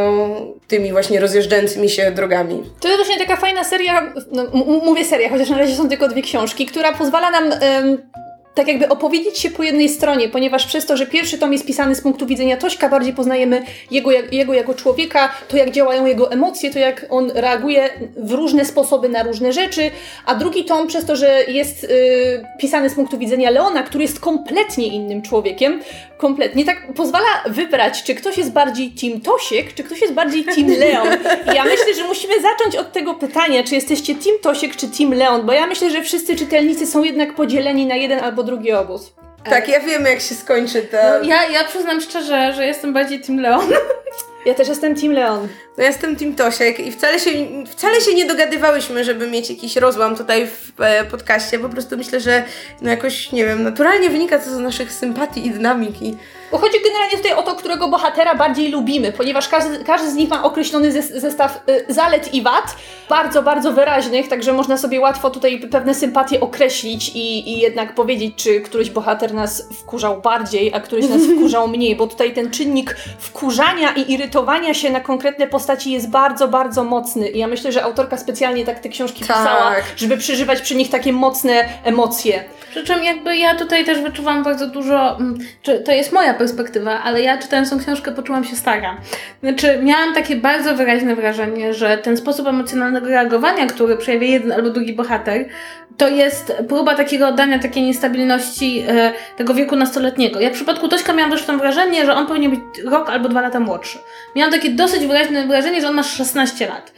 Speaker 3: tymi właśnie rozjeżdżającymi się drogami.
Speaker 2: To jest właśnie taka fajna seria, mówię seria, chociaż na razie są tylko 2 książki, która pozwala nam tak jakby opowiedzieć się po jednej stronie, ponieważ przez to, że pierwszy tom jest pisany z punktu widzenia Tośka, bardziej poznajemy jego jako człowieka, to jak działają jego emocje, to jak on reaguje w różne sposoby na różne rzeczy, a drugi tom przez to, że jest pisany z punktu widzenia Leona, który jest kompletnie innym człowiekiem, kompletnie tak pozwala wybrać, czy ktoś jest bardziej team Tosiek, czy ktoś jest bardziej team Leon. I ja myślę, że musimy zacząć od tego pytania, czy jesteście team Tosiek, czy team Leon, bo ja myślę, że wszyscy czytelnicy są jednak podzieleni na jeden albo drugi obóz.
Speaker 3: Tak, ja wiem, jak się skończy to.
Speaker 1: Ja przyznam szczerze, że jestem bardziej team Leon.
Speaker 2: Ja też jestem team Leon.
Speaker 3: Ja jestem team Tosiek i wcale się nie dogadywałyśmy, żeby mieć jakiś rozłam tutaj w podcaście. Po prostu myślę, że jakoś, nie wiem, naturalnie wynika to z naszych sympatii i dynamiki.
Speaker 2: Bo chodzi generalnie tutaj o to, którego bohatera bardziej lubimy, ponieważ każdy z nich ma określony zestaw zalet i wad, bardzo, bardzo wyraźnych, także można sobie łatwo tutaj pewne sympatie określić i jednak powiedzieć, czy któryś bohater nas wkurzał bardziej, a któryś nas wkurzał mniej, bo tutaj ten czynnik wkurzania i irytowania się na konkretne postaci jest bardzo, bardzo mocny i ja myślę, że autorka specjalnie tak te książki pisała, żeby przeżywać przy nich takie mocne emocje.
Speaker 1: Przy czym ja tutaj też wyczuwam bardzo dużo, to jest moja perspektywa, ale ja czytając tą książkę poczułam się stara. Znaczy miałam takie bardzo wyraźne wrażenie, że ten sposób emocjonalnego reagowania, który przejawia jeden albo drugi bohater, to jest próba takiego oddania takiej niestabilności tego wieku nastoletniego. Ja w przypadku Tośka miałam też to wrażenie, że on powinien być rok albo 2 lata młodszy. Miałam takie dosyć wyraźne wrażenie, że on ma 16 lat.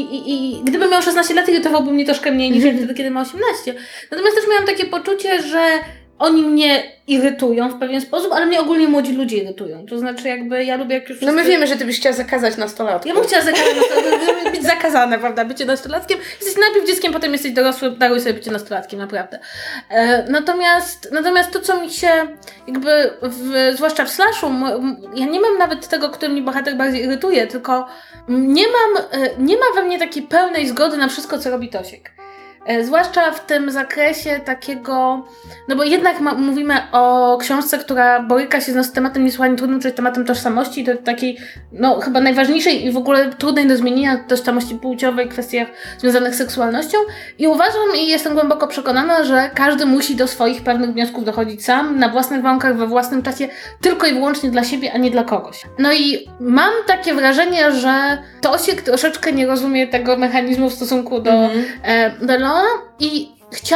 Speaker 1: I gdybym miał 16 lat, irytowałby mnie troszkę mniej niż wtedy, kiedy ma 18. Natomiast też miałam takie poczucie, że oni mnie irytują w pewien sposób, ale mnie ogólnie młodzi ludzie irytują. To znaczy ja lubię jak już...
Speaker 3: No my wiemy, że ty byś chciała zakazać nastolatków.
Speaker 1: Ja bym chciała zakazać nastolatków, być zakazane, prawda, bycie nastolatkiem. Jesteś najpierw dzieckiem, potem jesteś dorosły, daruj sobie bycie nastolatkiem, naprawdę. Natomiast to, co mi się zwłaszcza w slashu, ja nie mam nawet tego, który mnie bohater bardziej irytuje, tylko nie ma we mnie takiej pełnej zgody na wszystko, co robi Tosiek. Zwłaszcza w tym zakresie takiego, bo jednak mówimy o książce, która boryka się z tematem niesłychanie trudnym, czyli tematem tożsamości, to takiej, chyba najważniejszej i w ogóle trudnej do zmienienia tożsamości płciowej, kwestiach związanych z seksualnością i uważam i jestem głęboko przekonana, że każdy musi do swoich pewnych wniosków dochodzić sam, na własnych warunkach, we własnym czasie, tylko i wyłącznie dla siebie, a nie dla kogoś. No i mam takie wrażenie, że Tosiek troszeczkę nie rozumie tego mechanizmu w stosunku do Leona i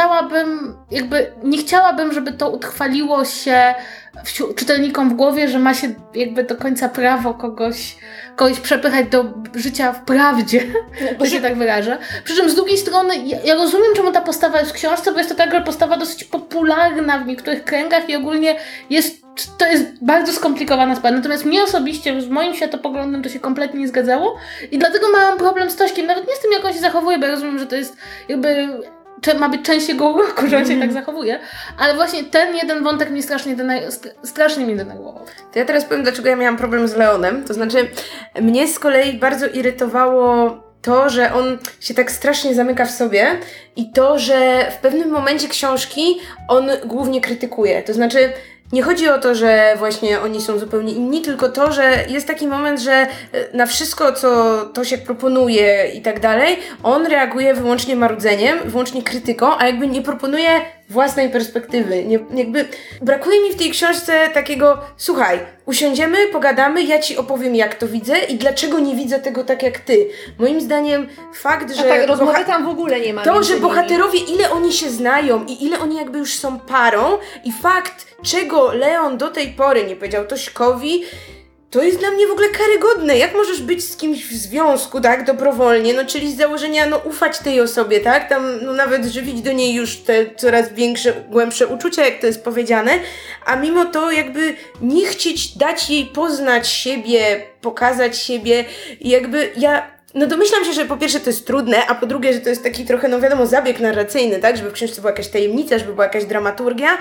Speaker 1: nie chciałabym, żeby to utrwaliło się czytelnikom w głowie, że ma się do końca prawo kogoś przepychać do życia w prawdzie, że się tak wyrażę. Przy czym z drugiej strony ja rozumiem, czemu ta postawa jest w książce, bo jest to także postawa dosyć popularna w niektórych kręgach i ogólnie jest to jest bardzo skomplikowana sprawa. Natomiast mnie osobiście, z moim światopoglądem to się kompletnie nie zgadzało i dlatego miałam problem z Tośkiem. Nawet nie z tym, jak on się zachowuje, bo ja rozumiem, że to jest jakby... ma być część jego uroku, że on się tak zachowuje, ale właśnie ten jeden wątek mnie strasznie mnie denerwował.
Speaker 3: To ja teraz powiem, dlaczego ja miałam problem z Leonem. To znaczy, mnie z kolei bardzo irytowało to, że on się tak strasznie zamyka w sobie i to, że w pewnym momencie książki on głównie krytykuje. To znaczy, nie chodzi o to, że właśnie oni są zupełnie inni, tylko to, że jest taki moment, że na wszystko, co Tosiek proponuje i tak dalej, on reaguje wyłącznie marudzeniem, wyłącznie krytyką, a jakby nie proponuje własnej perspektywy. Jakby brakuje mi w tej książce takiego, słuchaj, usiądziemy, pogadamy, ja ci opowiem, jak to widzę i dlaczego nie widzę tego tak jak ty. Moim zdaniem fakt, że...
Speaker 2: A tak, rozmowy tam w ogóle nie ma.
Speaker 3: To, że bohaterowie, ile oni się znają i ile oni jakby już są parą i fakt, czego Leon do tej pory nie powiedział Tośkowi, to jest dla mnie w ogóle karygodne. Jak możesz być z kimś w związku, tak, dobrowolnie, no czyli z założenia, no ufać tej osobie, tak, tam no nawet żywić do niej już te coraz większe, głębsze uczucia, jak to jest powiedziane, a mimo to jakby nie chcieć dać jej poznać siebie, pokazać siebie i jakby no domyślam się, że po pierwsze to jest trudne, a po drugie, że to jest taki trochę, no wiadomo, zabieg narracyjny, tak, żeby w książce była jakaś tajemnica, żeby była jakaś dramaturgia,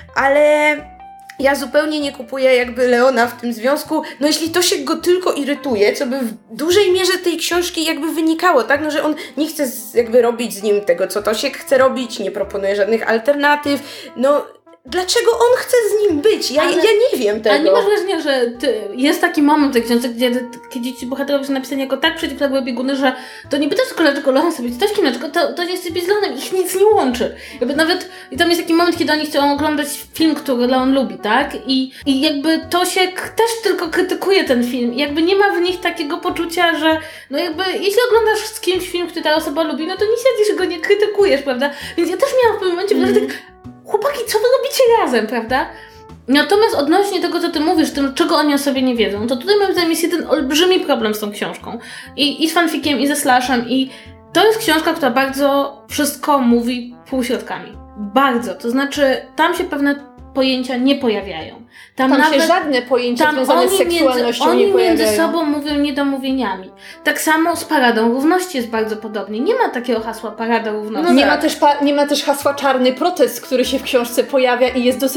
Speaker 3: ale ja zupełnie nie kupuję jakby Leona w tym związku, no jeśli to się go tylko irytuje, co by w dużej mierze tej książki jakby wynikało, tak, no że on nie chce jakby robić z nim tego, co Tosiek chce robić, nie proponuje żadnych alternatyw, no dlaczego on chce z nim być? Ja nie wiem tego.
Speaker 1: Ale nie masz wrażenia, że jest taki moment w tej książce, gdzie ci bohaterowie są napisani jako tak przeciwległe bieguny, że to nie pytasz tylko, dlaczego Leon chce być z Tośkiem, dlaczego to jest sobie z Leonem, ich nic nie łączy. Jakby nawet, i tam jest taki moment, kiedy oni chcą oglądać film, który Leon lubi, tak? I jakby Tosiek też tylko krytykuje ten film. I jakby nie ma w nich takiego poczucia, że no jakby, jeśli oglądasz z kimś film, który ta osoba lubi, no to nie siedzisz, go nie krytykujesz, prawda? Więc ja też miałam w pewnym momencie wrażenie, chłopaki, co wy robicie razem, prawda? Natomiast odnośnie tego, co ty mówisz, tym, czego oni o sobie nie wiedzą, to tutaj moim zdaniem jest jeden olbrzymi problem z tą książką. I z fanficiem, i ze slashem, i to jest książka, która bardzo wszystko mówi półśrodkami. Bardzo. To znaczy, tam się pewne pojęcia nie pojawiają. Tam nawet,
Speaker 2: się żadne pojęcia związane z seksualnością nie pojawiają.
Speaker 1: Oni między sobą mówią niedomówieniami. Tak samo z Paradą Równości jest bardzo podobnie. Nie ma takiego hasła Parada Równości.
Speaker 2: No nie ma też hasła czarny protest, który się w książce pojawia i jest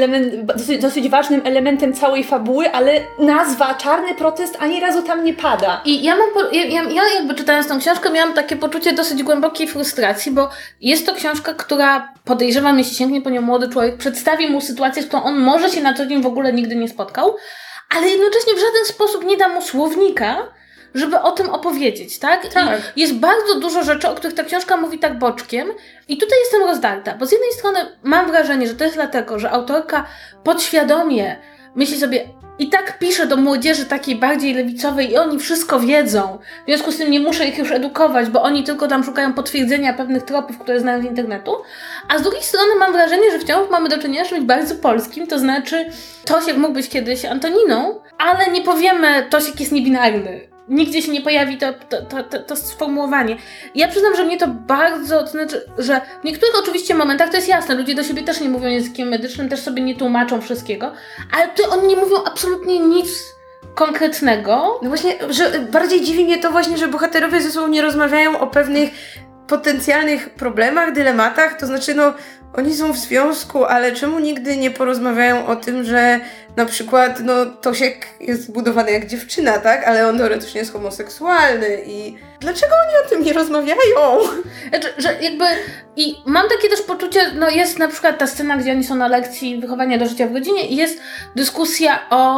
Speaker 2: dosyć ważnym elementem całej fabuły, ale nazwa czarny protest ani razu tam nie pada.
Speaker 1: I ja jakby czytając tą książkę miałam takie poczucie dosyć głębokiej frustracji, bo jest to książka, która podejrzewam, jeśli sięgnie po nią młody człowiek, przedstawi mu sytuację, z którą on może się na co dzień w ogóle nigdy nie spotkał, ale jednocześnie w żaden sposób nie da mu słownika, żeby o tym opowiedzieć, tak?
Speaker 3: Tak.
Speaker 1: I jest bardzo dużo rzeczy, o których ta książka mówi tak boczkiem i tutaj jestem rozdarta, bo z jednej strony mam wrażenie, że to jest dlatego, że autorka podświadomie myśli sobie, i tak pisze do młodzieży takiej bardziej lewicowej i oni wszystko wiedzą. W związku z tym nie muszę ich już edukować, bo oni tylko tam szukają potwierdzenia pewnych tropów, które znają z internetu. A z drugiej strony mam wrażenie, że wciąż mamy do czynienia z czymś bardzo polskim, to znaczy Tosiek mógł być kiedyś Antoniną, ale nie powiemy Tosiek jest niebinarny. Nigdzie się nie pojawi to sformułowanie. Ja przyznam, że mnie to bardzo, to znaczy, że w niektórych oczywiście momentach to jest jasne, ludzie do siebie też nie mówią językiem medycznym, też sobie nie tłumaczą wszystkiego, ale tutaj oni nie mówią absolutnie nic konkretnego.
Speaker 3: No właśnie, że bardziej dziwi mnie to właśnie, że bohaterowie ze sobą nie rozmawiają o pewnych potencjalnych problemach, dylematach, to znaczy no oni są w związku, ale czemu nigdy nie porozmawiają o tym, że na przykład no Tosiek jest zbudowany jak dziewczyna, tak? Ale on teoretycznie jest homoseksualny i dlaczego oni o tym nie rozmawiają?
Speaker 1: Znaczy, że jakby i mam takie też poczucie, no jest na przykład ta scena, gdzie oni są na lekcji wychowania do życia w rodzinie i jest dyskusja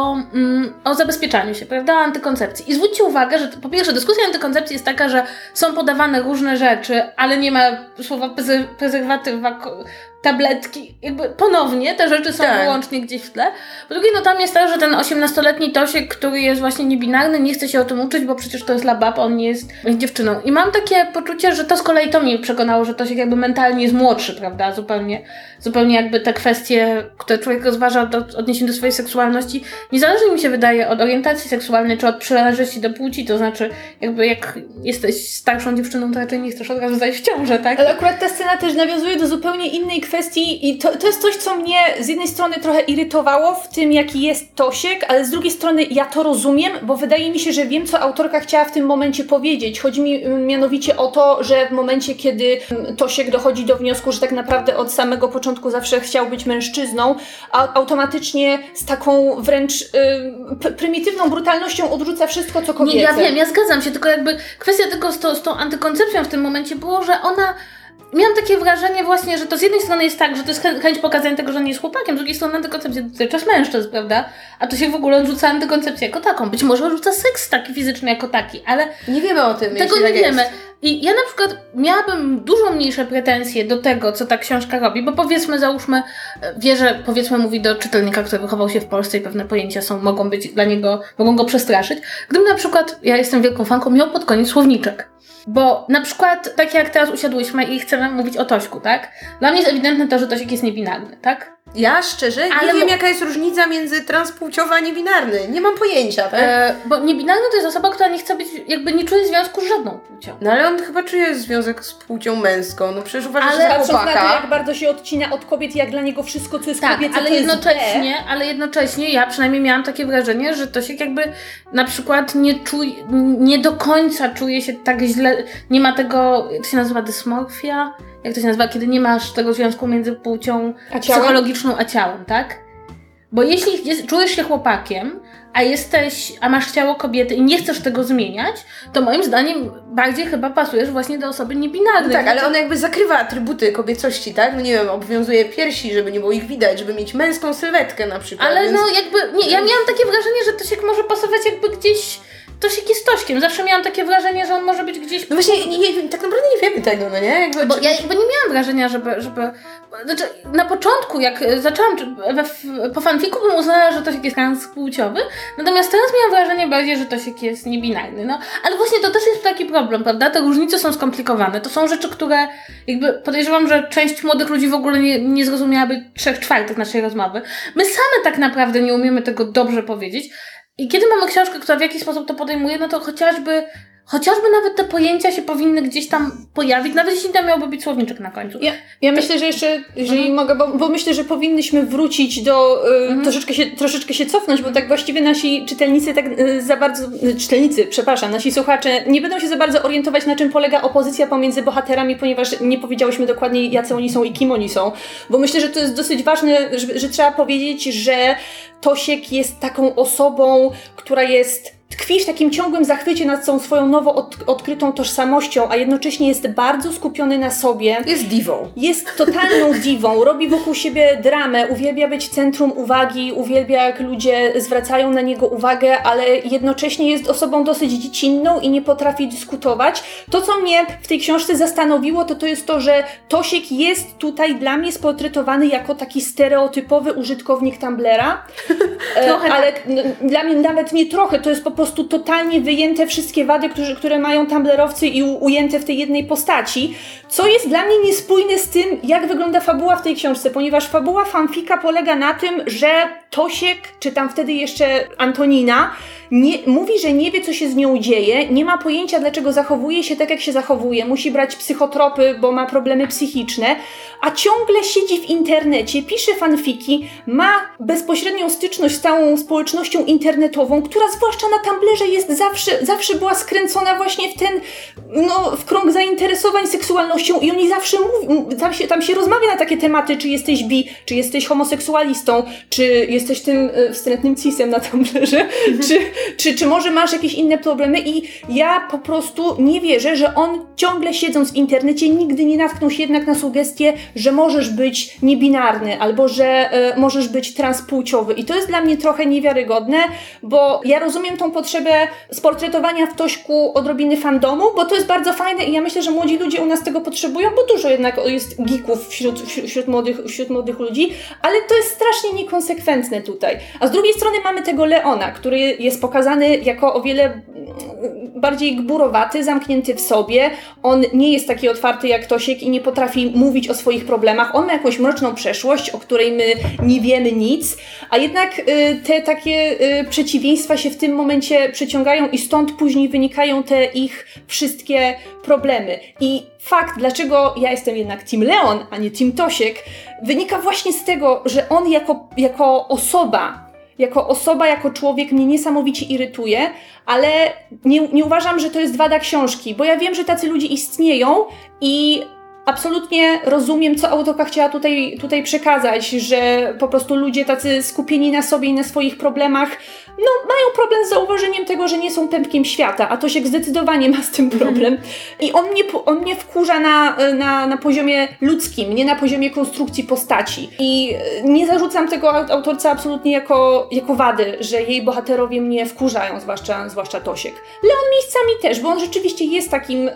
Speaker 1: o zabezpieczaniu się, prawda, antykoncepcji. I zwróćcie uwagę, że po pierwsze dyskusja antykoncepcji jest taka, że są podawane różne rzeczy, ale nie ma słowa prezerwatywa, tabletki, jakby ponownie te rzeczy są wyłącznie gdzieś w tle. Po drugie, no tam jest tak, że ten 18-letni Tosiek, który jest właśnie niebinarny, nie chce się o tym uczyć, bo przecież to jest labab, on nie jest dziewczyną. I mam takie poczucie, że to z kolei to mnie przekonało, że Tosiek jakby mentalnie jest młodszy, prawda, zupełnie jakby te kwestie, które człowiek rozważa w odniesieniu do swojej seksualności, niezależnie mi się wydaje od orientacji seksualnej, czy od przynależności do płci, to znaczy jakby jak jesteś starszą dziewczyną, to raczej nie chcesz od razu zajść w ciążę, tak?
Speaker 2: Ale akurat ta scena też nawiązuje do zupełnie innej kwestii, kwestii i to jest coś, co mnie z jednej strony trochę irytowało w tym, jaki jest Tosiek, ale z drugiej strony ja to rozumiem, bo wydaje mi się, że wiem, co autorka chciała w tym momencie powiedzieć. Chodzi mi mianowicie o to, że w momencie, kiedy Tosiek dochodzi do wniosku, że tak naprawdę od samego początku zawsze chciał być mężczyzną, a automatycznie z taką wręcz prymitywną brutalnością odrzuca wszystko, co kobiece.
Speaker 1: Nie, ja wiem, ja zgadzam się, tylko jakby kwestia tylko z tą antykoncepcją w tym momencie było, że ona... Miałam takie wrażenie właśnie, że to z jednej strony jest tak, że to jest chęć pokazania tego, że nie jest chłopakiem, z drugiej strony antykoncepcja dotyczy mężczyzn, prawda? A to się w ogóle odrzuca antykoncepcję jako taką. Być może odrzuca seks taki fizyczny jako taki, ale...
Speaker 3: Nie wiemy o tym,
Speaker 1: tego nie
Speaker 3: tak
Speaker 1: wiemy.
Speaker 3: Jest.
Speaker 1: I ja na przykład miałabym dużo mniejsze pretensje do tego, co ta książka robi, bo powiedzmy, załóżmy, że powiedzmy mówi do czytelnika, który wychował się w Polsce i pewne pojęcia mogą być dla niego, mogą go przestraszyć. Gdybym na przykład, ja jestem wielką fanką, miał pod koniec słowniczek. Bo na przykład, tak jak teraz usiadłyśmy i chcemy mówić o Tośku, tak? Dla mnie jest ewidentne to, że Tosiek jest niebinarny, tak?
Speaker 3: Ja szczerze nie wiem, jaka jest różnica między transpłciowy a niebinarny. Nie mam pojęcia, tak?
Speaker 1: Bo niebinarny to jest osoba, która nie chce być, jakby nie czuje związku z żadną płcią.
Speaker 3: No ale on chyba czuje związek z płcią męską. No przecież uważa, że za
Speaker 2: patrząc na
Speaker 3: chłopaka.
Speaker 2: to, jak bardzo się odcina od kobiet, jak dla niego wszystko, co jest
Speaker 1: tak,
Speaker 2: kobiece,
Speaker 1: ale
Speaker 2: to
Speaker 1: ale jednocześnie ja przynajmniej miałam takie wrażenie, że Tosiek jakby na przykład nie do końca czuje się tak źle, nie ma tego, jak to się nazywa, dysmorfia? Jak to się nazywa, kiedy nie masz tego związku między płcią psychologiczną a ciałem, tak? Bo jeśli czujesz się chłopakiem, a masz ciało kobiety i nie chcesz tego zmieniać, to moim zdaniem bardziej chyba pasujesz właśnie do osoby niebinarnej.
Speaker 3: No tak, ale ona jakby zakrywa atrybuty kobiecości, tak? No nie wiem, obwiązuje piersi, żeby nie było ich widać, żeby mieć męską sylwetkę na przykład.
Speaker 1: Ale
Speaker 3: więc...
Speaker 1: no jakby, nie, ja miałam takie wrażenie, że Tosiek może pasować jakby gdzieś... Tosiek jest Tośkiem. Zawsze miałam takie wrażenie, że on może być gdzieś...
Speaker 3: No właśnie, tak naprawdę nie wiemy tego, no nie?
Speaker 1: Bo ja jakby nie miałam wrażenia, żeby... Znaczy, na początku, jak zaczęłam po fanfiku, bym uznała, że Tosiek jest transpłciowy, natomiast teraz miałam wrażenie bardziej, że Tosiek jest niebinarny. No, ale właśnie to też jest taki problem, prawda? Te różnice są skomplikowane. To są rzeczy, które jakby podejrzewam, że część młodych ludzi w ogóle nie zrozumiałaby 3/4 naszej rozmowy. My same tak naprawdę nie umiemy tego dobrze powiedzieć. I kiedy mamy książkę, która w jakiś sposób to podejmuje, no to chociażby nawet te pojęcia się powinny gdzieś tam pojawić, nawet jeśli tam miałby być słowniczek na końcu.
Speaker 2: Ja myślę, że jeszcze, jeżeli mogę, bo myślę, że powinnyśmy wrócić do, troszeczkę się cofnąć, bo tak właściwie nasi czytelnicy nasi słuchacze nie będą się za bardzo orientować, na czym polega opozycja pomiędzy bohaterami, ponieważ nie powiedziałyśmy dokładnie, jacy oni są i kim oni są. Bo myślę, że to jest dosyć ważne, że trzeba powiedzieć, że Tosiek jest taką osobą, która tkwi w takim ciągłym zachwycie nad tą swoją nowo odkrytą tożsamością, a jednocześnie jest bardzo skupiony na sobie.
Speaker 3: Jest diwą.
Speaker 2: Jest totalną diwą. Robi wokół siebie dramę, uwielbia być centrum uwagi, uwielbia, jak ludzie zwracają na niego uwagę, ale jednocześnie jest osobą dosyć dziecinną i nie potrafi dyskutować. To, co mnie w tej książce zastanowiło, to jest to, że Tosiek jest tutaj dla mnie sportretowany jako taki stereotypowy użytkownik Tumblera. Ale dla mnie nawet nie trochę, to jest po prostu totalnie wyjęte wszystkie wady, które mają tumblerowcy i ujęte w tej jednej postaci, co jest dla mnie niespójne z tym, jak wygląda fabuła w tej książce, ponieważ fabuła fanfika polega na tym, że Tosiek, czy tam wtedy jeszcze Antonina, mówi, że nie wie, co się z nią dzieje, nie ma pojęcia, dlaczego zachowuje się tak, jak się zachowuje, musi brać psychotropy, bo ma problemy psychiczne, a ciągle siedzi w internecie, pisze fanfiki, ma bezpośrednią styczność z całą społecznością internetową, która zwłaszcza na Tumblerze jest zawsze była skręcona właśnie w krąg zainteresowań seksualnością i oni zawsze mówią, tam się rozmawia na takie tematy, czy jesteś bi, czy jesteś homoseksualistą, czy jesteś tym wstrętnym cisem na Tumblerze, czy może masz jakieś inne problemy i ja po prostu nie wierzę, że on ciągle siedząc w internecie nigdy nie natknął się jednak na sugestię, że możesz być niebinarny albo że możesz być transpłciowy i to jest dla mnie trochę niewiarygodne, bo ja rozumiem tą potrzebę sportretowania w Tośku odrobiny fandomu, bo to jest bardzo fajne i ja myślę, że młodzi ludzie u nas tego potrzebują, bo dużo jednak jest geeków wśród młodych ludzi, ale to jest strasznie niekonsekwentne tutaj. A z drugiej strony mamy tego Leona, który jest pokazany jako o wiele bardziej gburowaty, zamknięty w sobie. On nie jest taki otwarty jak Tosiek i nie potrafi mówić o swoich problemach. On ma jakąś mroczną przeszłość, o której my nie wiemy nic, a jednak te takie przeciwieństwa się w tym momencie momencie przyciągają i stąd później wynikają te ich wszystkie problemy. I fakt, dlaczego ja jestem jednak Team Leon, a nie Team Tosiek, wynika właśnie z tego, że on jako osoba, jako człowiek mnie niesamowicie irytuje, ale nie uważam, że to jest wada książki, bo ja wiem, że tacy ludzie istnieją i absolutnie rozumiem, co autorka chciała tutaj przekazać, że po prostu ludzie tacy skupieni na sobie i na swoich problemach, mają problem z zauważeniem tego, że nie są pępkiem świata, a Tosiek zdecydowanie ma z tym problem. I on mnie wkurza na poziomie ludzkim, nie na poziomie konstrukcji postaci. I nie zarzucam tego autorce absolutnie jako wady, że jej bohaterowie mnie wkurzają, zwłaszcza Tosiek. Leon miejscami też, bo on rzeczywiście jest takim,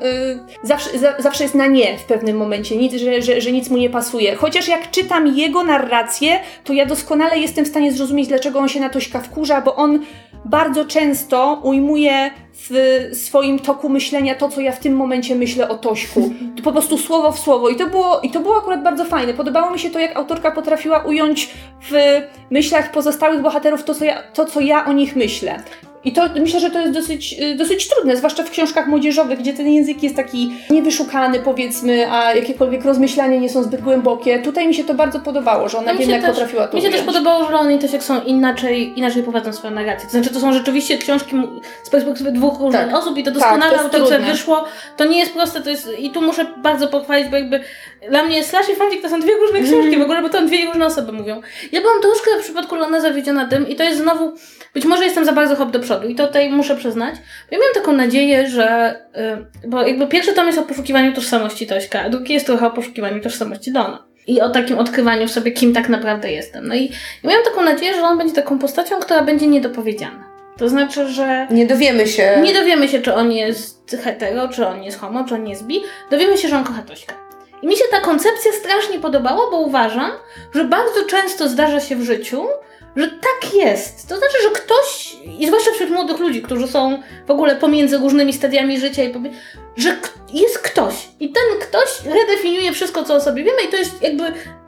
Speaker 2: zawsze jest na nie w pewnym momencie, że nic mu nie pasuje. Chociaż jak czytam jego narrację, to ja doskonale jestem w stanie zrozumieć, dlaczego on się na Tośka wkurza, bo on bardzo często ujmuje w swoim toku myślenia to, co ja w tym momencie myślę o Tośku. To po prostu słowo w słowo. I to było akurat bardzo fajne. Podobało mi się to, jak autorka potrafiła ująć w myślach pozostałych bohaterów to, co ja o nich myślę. I to myślę, że to jest dosyć trudne, zwłaszcza w książkach młodzieżowych, gdzie ten język jest taki niewyszukany, powiedzmy, a jakiekolwiek rozmyślania nie są zbyt głębokie. Tutaj mi się to bardzo podobało, że ona jednak potrafiła to
Speaker 1: Mi się
Speaker 2: ująć.
Speaker 1: też podobało, że Leon i Tosiek są inaczej prowadzą swoją narrację. To znaczy, to są rzeczywiście książki z perspektywy dwóch różnych osób i to doskonale autorce wyszło. To nie jest proste, i tu muszę bardzo pochwalić, bo jakby dla mnie slash i fanfic to są dwie różne książki w ogóle, bo tam dwie różne osoby mówią. Ja byłam troszkę w przypadku Leona zawiedziona tym i to jest znowu, być może jestem za bardzo hop do przodu i to tutaj muszę przyznać. Ja miałam taką nadzieję, że bo jakby pierwszy tom jest o poszukiwaniu tożsamości Tośka, a drugi jest trochę o poszukiwaniu tożsamości Leona. I o takim odkrywaniu w sobie, kim tak naprawdę jestem. No i ja miałam taką nadzieję, że on będzie taką postacią, która będzie niedopowiedziana. To znaczy, że...
Speaker 3: Nie dowiemy się,
Speaker 1: czy on jest hetero, czy on jest homo, czy on jest bi. Dowiemy się, że on kocha Tośka. I mi się ta koncepcja strasznie podobała, bo uważam, że bardzo często zdarza się w życiu, że tak jest. To znaczy, że ktoś, i zwłaszcza wśród młodych ludzi, którzy są w ogóle pomiędzy różnymi stadiami życia, że jest ktoś. I ten ktoś redefiniuje wszystko, co o sobie wiemy i to jest jakby...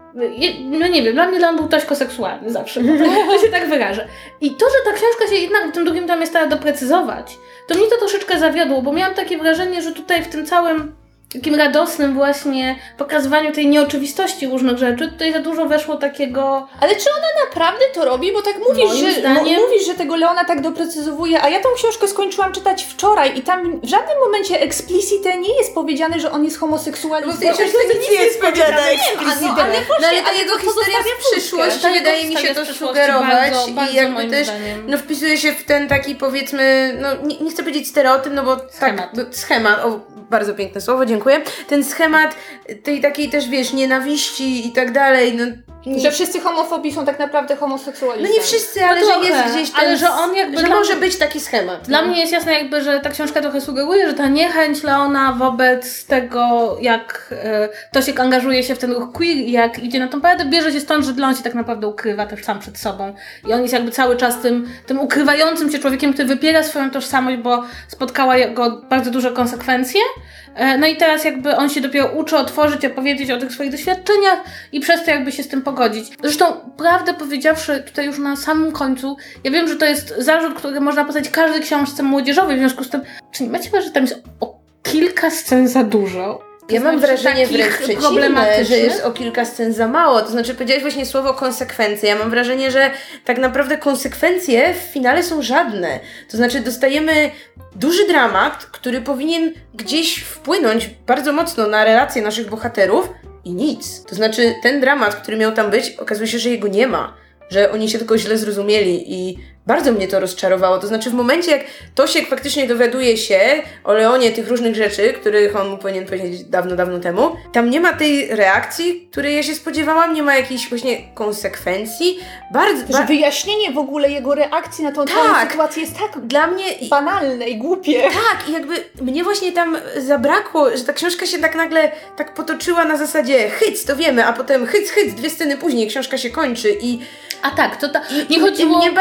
Speaker 1: No nie wiem, dla mnie Leon był tośkoseksualny zawsze, to się tak wyrażę. I to, że ta książka się jednak w tym drugim tomie stara doprecyzować, to mnie to troszeczkę zawiodło, bo miałam takie wrażenie, że tutaj w tym całym takim radosnym właśnie pokazywaniu tej nieoczywistości różnych rzeczy, tutaj za dużo weszło takiego...
Speaker 2: Ale czy ona naprawdę to robi? Bo tak mówisz, że tego Leona tak doprecyzowuje, a ja tą książkę skończyłam czytać wczoraj i tam w żadnym momencie explicite nie jest powiedziane, że on jest homoseksualny.
Speaker 3: Bo nic jest powiedziane explicite. Ale ta jego historia w przyszłości wydaje mi się to sugerować i jakby też wpisuje się w ten taki, powiedzmy, nie chcę powiedzieć stereotyp, no bo schemat, bardzo piękne słowo, dziękuję. Ten schemat tej takiej też, wiesz, nienawiści i tak dalej,
Speaker 2: że wszyscy homofobi są tak naprawdę homoseksualistami.
Speaker 3: No nie wszyscy, ale że jest gdzieś ten...
Speaker 1: Ale że on jakby...
Speaker 3: Że może być taki schemat.
Speaker 1: Dla mnie jest jasne jakby, że ta książka trochę sugeruje, że ta niechęć Leona wobec tego, jak Tosiek angażuje się w ten ruch queer i jak idzie na tą paradę, bierze się stąd, że Leon się tak naprawdę ukrywa też sam przed sobą. I on jest jakby cały czas tym ukrywającym się człowiekiem, który wypiera swoją tożsamość, bo spotkała go bardzo duże konsekwencje. No i teraz jakby on się dopiero uczy otworzyć, opowiedzieć o tych swoich doświadczeniach i przez to jakby się z tym pogodzić. Zresztą, prawdę powiedziawszy, tutaj już na samym końcu, ja wiem, że to jest zarzut, który można postawić każdej książce młodzieżowej, w związku z tym, czy nie macie wrażenia, że tam jest o kilka scen za dużo?
Speaker 3: Ja mam wrażenie wręcz przeciwne, że jest o kilka scen za mało. To znaczy, powiedziałeś właśnie słowo konsekwencje. Ja mam wrażenie, że tak naprawdę konsekwencje w finale są żadne. To znaczy, dostajemy duży dramat, który powinien gdzieś wpłynąć bardzo mocno na relacje naszych bohaterów i nic. To znaczy, ten dramat, który miał tam być, okazuje się, że jego nie ma. Że oni się tylko źle zrozumieli i bardzo mnie to rozczarowało. To znaczy w momencie, jak Tosiek faktycznie dowiaduje się o Leonie tych różnych rzeczy, których on mu powinien powiedzieć dawno temu, tam nie ma tej reakcji, której ja się spodziewałam, nie ma jakiejś właśnie konsekwencji.
Speaker 2: Że wyjaśnienie w ogóle jego reakcji na tą całą sytuację jest tak
Speaker 3: dla mnie
Speaker 2: banalne i głupie.
Speaker 3: Tak, i jakby mnie właśnie tam zabrakło, że ta książka się tak nagle tak potoczyła na zasadzie hyc, to wiemy, a potem hyc, 2 sceny później książka się kończy i...
Speaker 1: A tak, nie chodziło...
Speaker 3: Mnie bardzo brakowało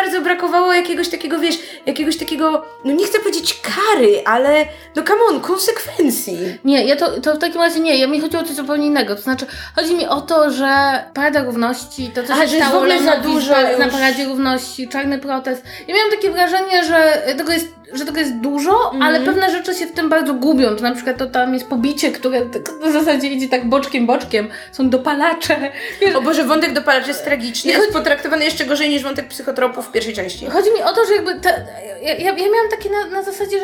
Speaker 3: brakowało jakiegoś takiego, no nie chcę powiedzieć kary, ale no come on, konsekwencji.
Speaker 1: Nie, ja to w takim razie nie, mi chodziło o coś zupełnie innego, to znaczy chodzi mi o to, że Parada Równości, to co się
Speaker 3: że jest w
Speaker 1: stało
Speaker 3: ogóle za dużo
Speaker 1: na
Speaker 3: już.
Speaker 1: Paradzie Równości, czarny protest, ja miałam takie wrażenie, że tego jest dużo, ale pewne rzeczy się w tym bardzo gubią, to na przykład to tam jest pobicie, które w zasadzie idzie tak boczkiem, są dopalacze. Wiesz,
Speaker 3: O Boże, wątek dopalaczy jest tragiczny, jest potraktowany jeszcze gorzej niż wątek psychotropów w pierwszej części.
Speaker 1: chodzi mi o to, że jakby ja miałam takie na zasadzie, że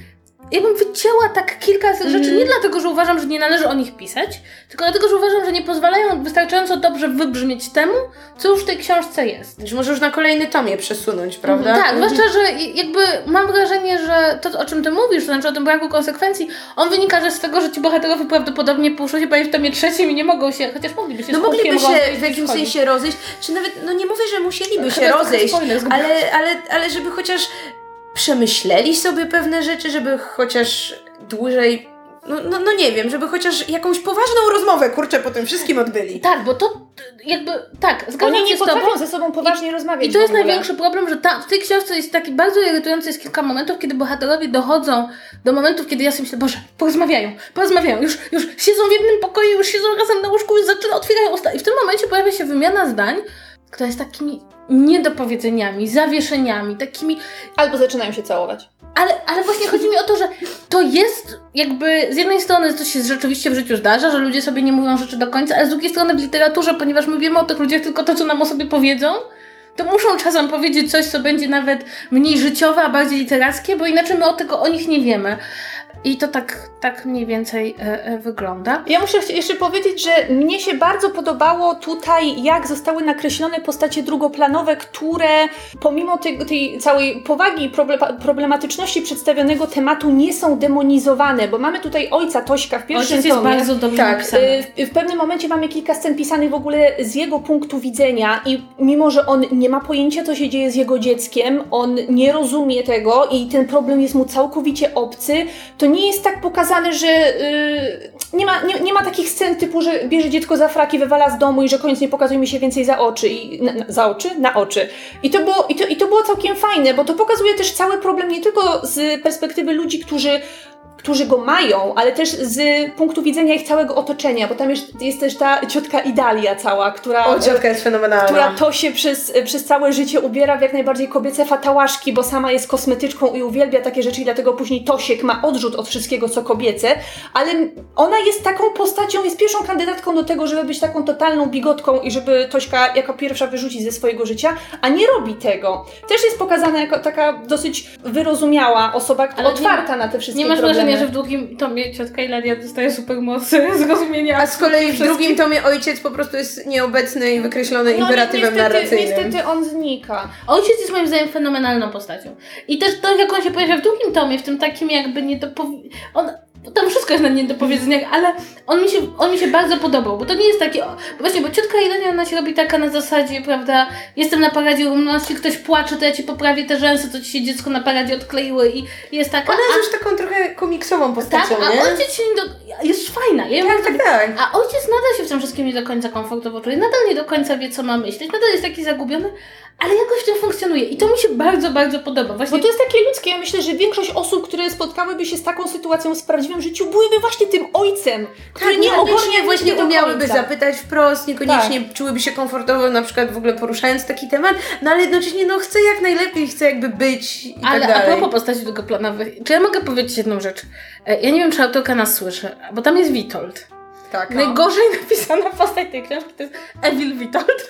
Speaker 1: ja bym wycięła tak kilka z tych rzeczy, nie dlatego, że uważam, że nie należy o nich pisać, tylko dlatego, że uważam, że nie pozwalają wystarczająco dobrze wybrzmieć temu, co już w tej książce jest.
Speaker 3: Że może już na kolejny tom je przesunąć, prawda?
Speaker 1: Tak, zwłaszcza, że jakby mam wrażenie, że to, o czym ty mówisz, to znaczy o tym braku konsekwencji, on wynika że z tego, że ci bohaterowie prawdopodobnie muszą się pojawić w tomie trzecim i nie mogą się, chociaż mogliby się
Speaker 3: No
Speaker 1: z
Speaker 3: mogliby
Speaker 1: Hutkiem
Speaker 3: się
Speaker 1: rozejść
Speaker 3: w jakimś
Speaker 1: i schodzić.
Speaker 3: sensie rozejść, czy nawet, no nie mówię, że musieliby się
Speaker 1: Chyba
Speaker 3: rozejść,
Speaker 1: spoiler zgubiłam.
Speaker 3: ale żeby chociaż przemyśleli sobie pewne rzeczy, żeby chociaż dłużej, no nie wiem, żeby chociaż jakąś poważną rozmowę, kurczę, po tym wszystkim odbyli.
Speaker 1: Tak, bo to jakby, tak, zgadzam
Speaker 2: Oni
Speaker 1: się
Speaker 2: nie
Speaker 1: z tobą.
Speaker 2: potrafią ze sobą poważnie rozmawiać.
Speaker 1: I to jest
Speaker 2: w ogóle.
Speaker 1: największy problem, że w tej książce jest taki bardzo irytujący, jest kilka momentów, kiedy bohaterowie dochodzą do momentów, kiedy ja sobie myślę, Boże, porozmawiają, już siedzą w jednym pokoju, już siedzą razem na łóżku, już otwierają usta. I w tym momencie pojawia się wymiana zdań, która jest takimi niedopowiedzeniami, zawieszeniami, takimi...
Speaker 2: Albo zaczynają się całować.
Speaker 1: Ale właśnie chodzi mi o to, że to jest jakby z jednej strony to się rzeczywiście w życiu zdarza, że ludzie sobie nie mówią rzeczy do końca, ale z drugiej strony w literaturze, ponieważ my wiemy o tych ludziach tylko to, co nam o sobie powiedzą, to muszą czasem powiedzieć coś, co będzie nawet mniej życiowe, a bardziej literackie, bo inaczej my o nich nie wiemy. I to tak mniej więcej wygląda.
Speaker 2: Ja muszę jeszcze powiedzieć, że mnie się bardzo podobało tutaj, jak zostały nakreślone postacie drugoplanowe, które pomimo tej całej powagi i problematyczności przedstawionego tematu nie są demonizowane, bo mamy tutaj ojca Tośka w pierwszym
Speaker 1: Ojciec jest
Speaker 2: tomie.
Speaker 1: bardzo dobrze
Speaker 3: Tak,
Speaker 1: napisany.
Speaker 2: W pewnym momencie mamy kilka scen pisanych w ogóle z jego punktu widzenia i mimo, że on nie ma pojęcia, co się dzieje z jego dzieckiem, on nie rozumie tego i ten problem jest mu całkowicie obcy, to nie jest tak pokazane, że nie ma takich scen typu, że bierze dziecko za fraki, wywala z domu i że koniec nie pokazuje mi się więcej za oczy. Na oczy. I to było całkiem fajne, bo to pokazuje też cały problem nie tylko z perspektywy ludzi, którzy go mają, ale też z punktu widzenia ich całego otoczenia, bo tam jest też ta ciotka Idalia cała,
Speaker 3: Ciotka jest fenomenalna.
Speaker 2: która to się przez całe życie ubiera w jak najbardziej kobiece fatałaszki, bo sama jest kosmetyczką i uwielbia takie rzeczy i dlatego później Tosiek ma odrzut od wszystkiego, co kobiece, ale ona jest taką postacią, jest pierwszą kandydatką do tego, żeby być taką totalną bigotką i żeby Tośka jako pierwsza wyrzucić ze swojego życia, a nie robi tego. Też jest pokazana jako taka dosyć wyrozumiała osoba,
Speaker 1: Ale
Speaker 2: otwarta na te wszystkie
Speaker 1: Nie masz
Speaker 2: problemy.
Speaker 1: wrażenia, że w drugim tomie ciotka Ilaria dostaje supermocy, zrozumienia.
Speaker 3: A z kolei w drugim tomie ojciec po prostu jest nieobecny i wykreślony imperatywem narracyjnym.
Speaker 2: Niestety on znika.
Speaker 1: Ojciec jest moim zdaniem fenomenalną postacią. I też to, jak on się pojawia w drugim tomie, w tym takim jakby tam wszystko jest na niedopowiedzeniach, ale on mi się bardzo podobał, bo to nie jest takie... Właśnie, bo ciotka Ilaria, ona się robi taka na zasadzie, prawda, jestem na paradzie równości, ktoś płacze, to ja ci poprawię te rzęsy, co ci się dziecko na paradzie odkleiły i jest taka...
Speaker 3: Ona jest już taką trochę komiksową postacią,
Speaker 1: tak,
Speaker 3: nie?
Speaker 1: a ojciec się jest fajna. Ja ją bardzo
Speaker 3: Tak.
Speaker 1: A ojciec nadal się w tym wszystkim nie do końca komfortowo czuje, nadal nie do końca wie, co ma myśleć, nadal jest taki zagubiony, ale jakoś w tym funkcjonuje i to mi się bardzo, bardzo podoba. Właśnie
Speaker 2: Bo to jest takie ludzkie. Ja myślę, że większość osób, które spotkałyby się z taką sytuacją w prawdziwym życiu, byłyby właśnie tym ojcem, który nie ogarnia
Speaker 3: Niekoniecznie właśnie
Speaker 2: do
Speaker 3: umiałyby
Speaker 2: końca.
Speaker 3: zapytać wprost, niekoniecznie czułyby się komfortowo, na przykład w ogóle poruszając taki temat, no ale jednocześnie chce jak najlepiej, chce jakby być i
Speaker 1: Ale
Speaker 3: tak dalej.
Speaker 1: a propos postaci drugoplanowych, czy ja mogę powiedzieć jedną rzecz? Ja nie wiem, czy autorka nas słyszy, bo tam jest Witold.
Speaker 3: Tak.
Speaker 1: Najgorzej napisana postać tej książki to jest Evil Witold.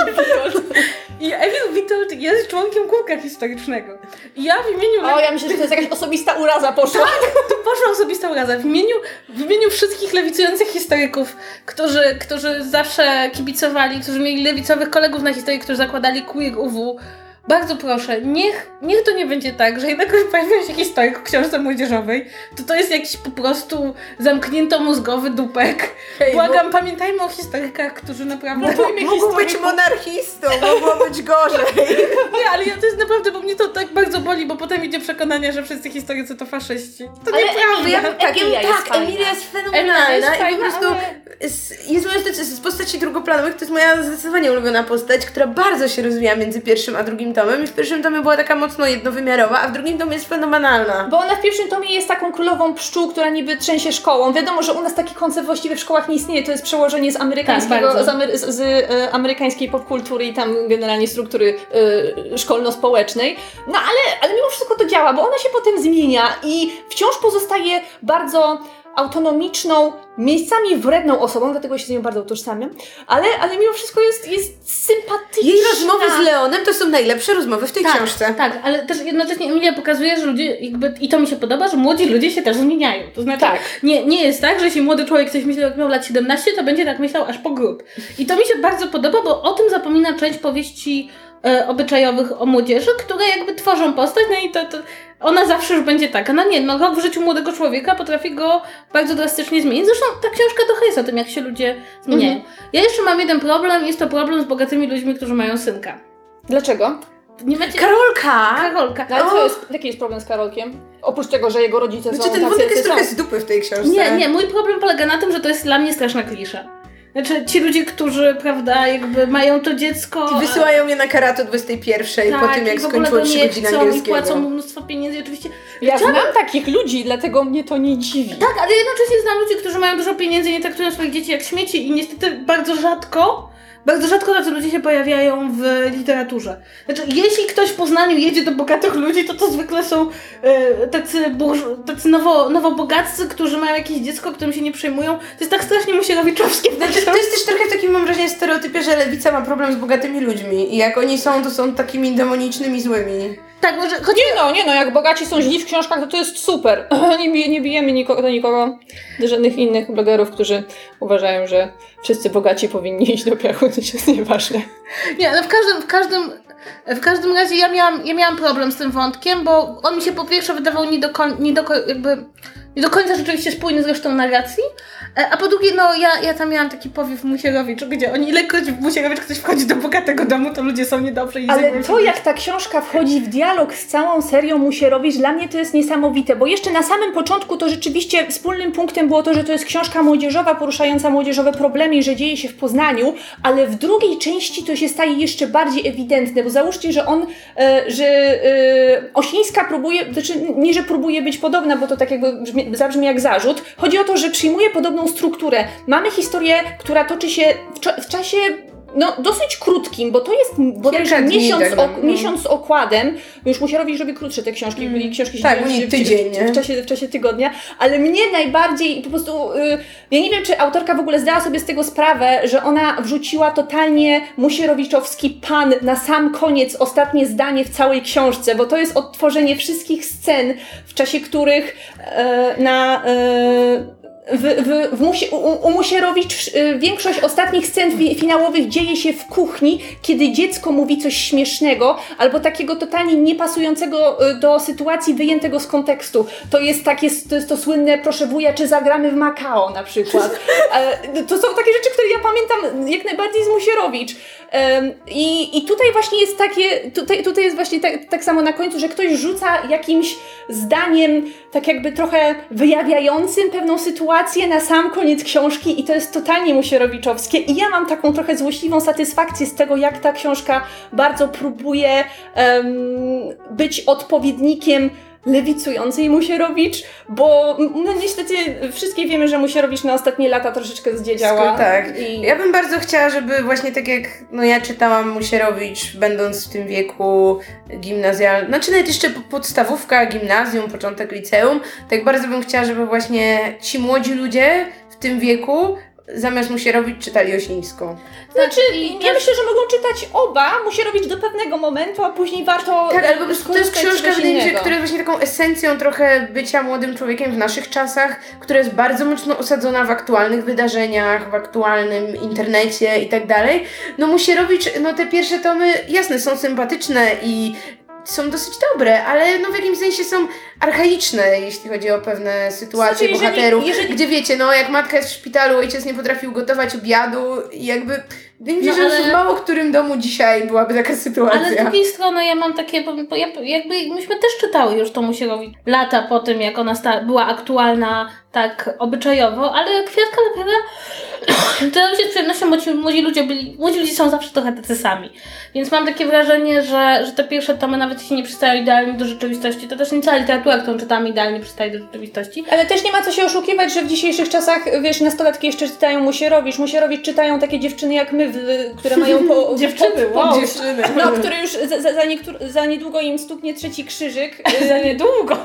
Speaker 1: I Evil Witold jest członkiem kółka historycznego. I ja w imieniu...
Speaker 2: O, ja myślę, że to jest jakaś osobista uraza poszła.
Speaker 1: To poszła osobista uraza. W imieniu wszystkich lewicujących historyków, którzy zawsze kibicowali, którzy mieli lewicowych kolegów na historii, którzy zakładali Queer UW, bardzo proszę, niech to nie będzie tak, że jednak pojawia się historyk w książce młodzieżowej, to jest jakiś po prostu zamknięto-mózgowy dupek. Błagam, pamiętajmy o historykach, którzy naprawdę...
Speaker 3: Mógł być monarchistą, mogło być gorzej.
Speaker 1: Nie, ale to jest naprawdę, bo mnie to tak bardzo boli, bo potem idzie przekonanie, że wszyscy historycy to faszyści. To
Speaker 2: Ale
Speaker 1: nieprawda.
Speaker 2: Emilia jest fajna.
Speaker 3: Emilia jest fenomenalna
Speaker 1: Emilia jest
Speaker 3: i po
Speaker 1: fajna,
Speaker 3: prostu jest moja z postaci drugoplanowych, to jest moja zdecydowanie ulubiona postać, która bardzo się rozwija między pierwszym a drugim tomem i w pierwszym tomie była taka mocno jednowymiarowa, a w drugim tomie jest fenomenalna.
Speaker 2: Bo ona w pierwszym tomie jest taką królową pszczół, która niby trzęsie szkołą. Wiadomo, że u nas taki koncept właściwie w szkołach nie istnieje, to jest przełożenie z amerykańskiego, amerykańskiej popkultury i tam generalnie struktury szkolno-społecznej. No ale mimo wszystko to działa, bo ona się potem zmienia i wciąż pozostaje bardzo autonomiczną, miejscami wredną osobą, dlatego się z nią bardzo utożsamiam, ale mimo wszystko jest sympatyczna.
Speaker 3: Jej rozmowy z Leonem to są najlepsze rozmowy w tej książce.
Speaker 1: Tak, ale też jednocześnie Emilia pokazuje, że ludzie i to mi się podoba, że młodzi ludzie się też zmieniają. To znaczy, nie jest tak, że jeśli młody człowiek coś myślał, jak miał lat 17, to będzie tak myślał aż po grób. I to mi się bardzo podoba, bo o tym zapomina część powieści obyczajowych o młodzieży, które jakby tworzą postać, no i to ona zawsze już będzie taka. No nie, no rok w życiu młodego człowieka potrafi go bardzo drastycznie zmienić. Zresztą ta książka trochę jest o tym, jak się ludzie zmieniają. Ja jeszcze mam jeden problem, jest to problem z bogatymi ludźmi, którzy mają synka.
Speaker 2: Dlaczego?
Speaker 1: Nie macie...
Speaker 3: Karolka!
Speaker 1: No,
Speaker 2: ale jaki jest problem z Karolkiem? Oprócz tego, że jego rodzice są
Speaker 3: ten wątek jest trochę z dupy w tej książce.
Speaker 1: Nie, mój problem polega na tym, że to jest dla mnie straszna klisza. Znaczy ci ludzie, którzy, prawda, jakby mają to dziecko...
Speaker 3: I wysyłają mnie na karate o 21 po tym, jak skończyło 3 godziny angielskiego.
Speaker 1: I płacą mu mnóstwo pieniędzy, oczywiście.
Speaker 2: Ja znam takich ludzi, dlatego mnie to nie dziwi.
Speaker 1: Tak, ale jednocześnie znam ludzi, którzy mają dużo pieniędzy i nie traktują swoich dzieci jak śmieci i niestety bardzo rzadko tacy ludzie się pojawiają w literaturze. Znaczy, jeśli ktoś w Poznaniu jedzie do bogatych ludzi, to zwykle są tacy nowobogaccy, którzy mają jakieś dziecko, którym się nie przejmują. To jest tak strasznie musierowiczowskie.
Speaker 3: Znaczy, to jest też trochę w takim, mam wrażenie, stereotypie, że lewica ma problem z bogatymi ludźmi i jak oni są, to są takimi demonicznymi złymi.
Speaker 1: Tak, może...
Speaker 2: Nie no, jak bogaci są źli w książkach, to jest super. Nie bijemy nikogo, żadnych innych blogerów, którzy uważają, że wszyscy bogaci powinni iść do piachu, to jest nieważne.
Speaker 1: Nie, no w każdym razie ja miałam problem z tym wątkiem, bo on mi się po pierwsze wydawał nie do końca rzeczywiście spójny z resztą narracji, a po drugie, no ja tam miałam taki powiew Musierowicz, gdzie oni ilekroć w Musierowicz ktoś wchodzi do bogatego domu, to ludzie są niedobrzy.
Speaker 2: Ale to jak ta książka wchodzi w dialog z całą serią Musierowicz, dla mnie to jest niesamowite, bo jeszcze na samym początku to rzeczywiście wspólnym punktem było to, że to jest książka młodzieżowa, poruszająca młodzieżowe problemy i że dzieje się w Poznaniu, ale w drugiej części to się staje jeszcze bardziej ewidentne, bo załóżcie, że Osińska próbuje, znaczy nie, że próbuje być podobna, bo to tak jakby zabrzmi jak zarzut. Chodzi o to, że przyjmuje podobną strukturę. Mamy historię, która toczy się w czasie dosyć krótkim, bo to jest bodajże miesiąc z okładem. Już Musierowicz robi krótsze te książki, byli książki
Speaker 3: tydzień,
Speaker 2: w czasie tygodnia, ale mnie najbardziej po prostu, ja nie wiem, czy autorka w ogóle zdała sobie z tego sprawę, że ona wrzuciła totalnie musierowiczowski pan na sam koniec, ostatnie zdanie w całej książce, bo to jest odtworzenie wszystkich scen, w czasie których u Musierowicz większość ostatnich scen finałowych dzieje się w kuchni, kiedy dziecko mówi coś śmiesznego albo takiego totalnie niepasującego do sytuacji wyjętego z kontekstu. To jest to słynne proszę wuja, czy zagramy w Makao na przykład. To są takie rzeczy, które ja pamiętam jak najbardziej z Musierowicz. I tutaj właśnie jest tutaj jest właśnie tak samo na końcu, że ktoś rzuca jakimś zdaniem tak jakby trochę wyjawiającym pewną sytuację na sam koniec książki i to jest totalnie musierowiczowskie i ja mam taką trochę złośliwą satysfakcję z tego, jak ta książka bardzo próbuje być odpowiednikiem lewicującej Musierowicz, bo niestety wszystkie wiemy, że Musierowicz na ostatnie lata troszeczkę zdziedziała.
Speaker 3: Tak. Ja bym bardzo chciała, żeby właśnie tak jak ja czytałam Musierowicz, będąc w tym wieku gimnazjalnym, znaczy nawet jeszcze podstawówka, gimnazjum, początek liceum, tak bardzo bym chciała, żeby właśnie ci młodzi ludzie w tym wieku zamiast Musierowicz czytali Osińską.
Speaker 2: Znaczy, ja myślę, że mogą czytać oba, Musierowicz do pewnego momentu, a później warto...
Speaker 3: Tak, ale po prostu to jest książka, wydaje mi się, która jest właśnie taką esencją trochę bycia młodym człowiekiem w naszych czasach, która jest bardzo mocno osadzona w aktualnych wydarzeniach, w aktualnym internecie i tak dalej. Musierowicz, te pierwsze tomy, jasne, są sympatyczne i są dosyć dobre, ale w jakimś sensie są archaiczne, jeśli chodzi o pewne sytuacje bohaterów, gdzie wiecie, jak matka jest w szpitalu, ojciec nie potrafił gotować obiadu i jakby wydaje mi się, że w mało którym domu dzisiaj byłaby taka sytuacja.
Speaker 1: Ale z drugiej strony ja mam takie, bo jakby myśmy też czytały już to Musierowicz lata po tym, jak ona była aktualna tak obyczajowo, ale Kwiatka Lepiera czytało się z przyjemnością, bo młodzi ludzie są zawsze trochę tacy sami. Więc mam takie wrażenie, że te pierwsze tomy, nawet jeśli nie przystają idealnie do rzeczywistości, to też nie cała literatura, którą czytamy, idealnie przystaje do rzeczywistości.
Speaker 2: Ale też nie ma co się oszukiwać, że w dzisiejszych czasach, wiesz, nastolatki jeszcze czytają Musierowicz czytają takie dziewczyny jak my, które mają
Speaker 3: Dziewczyny.
Speaker 2: No, które już za niedługo im stuknie 3. krzyżyk.
Speaker 1: Za niedługo.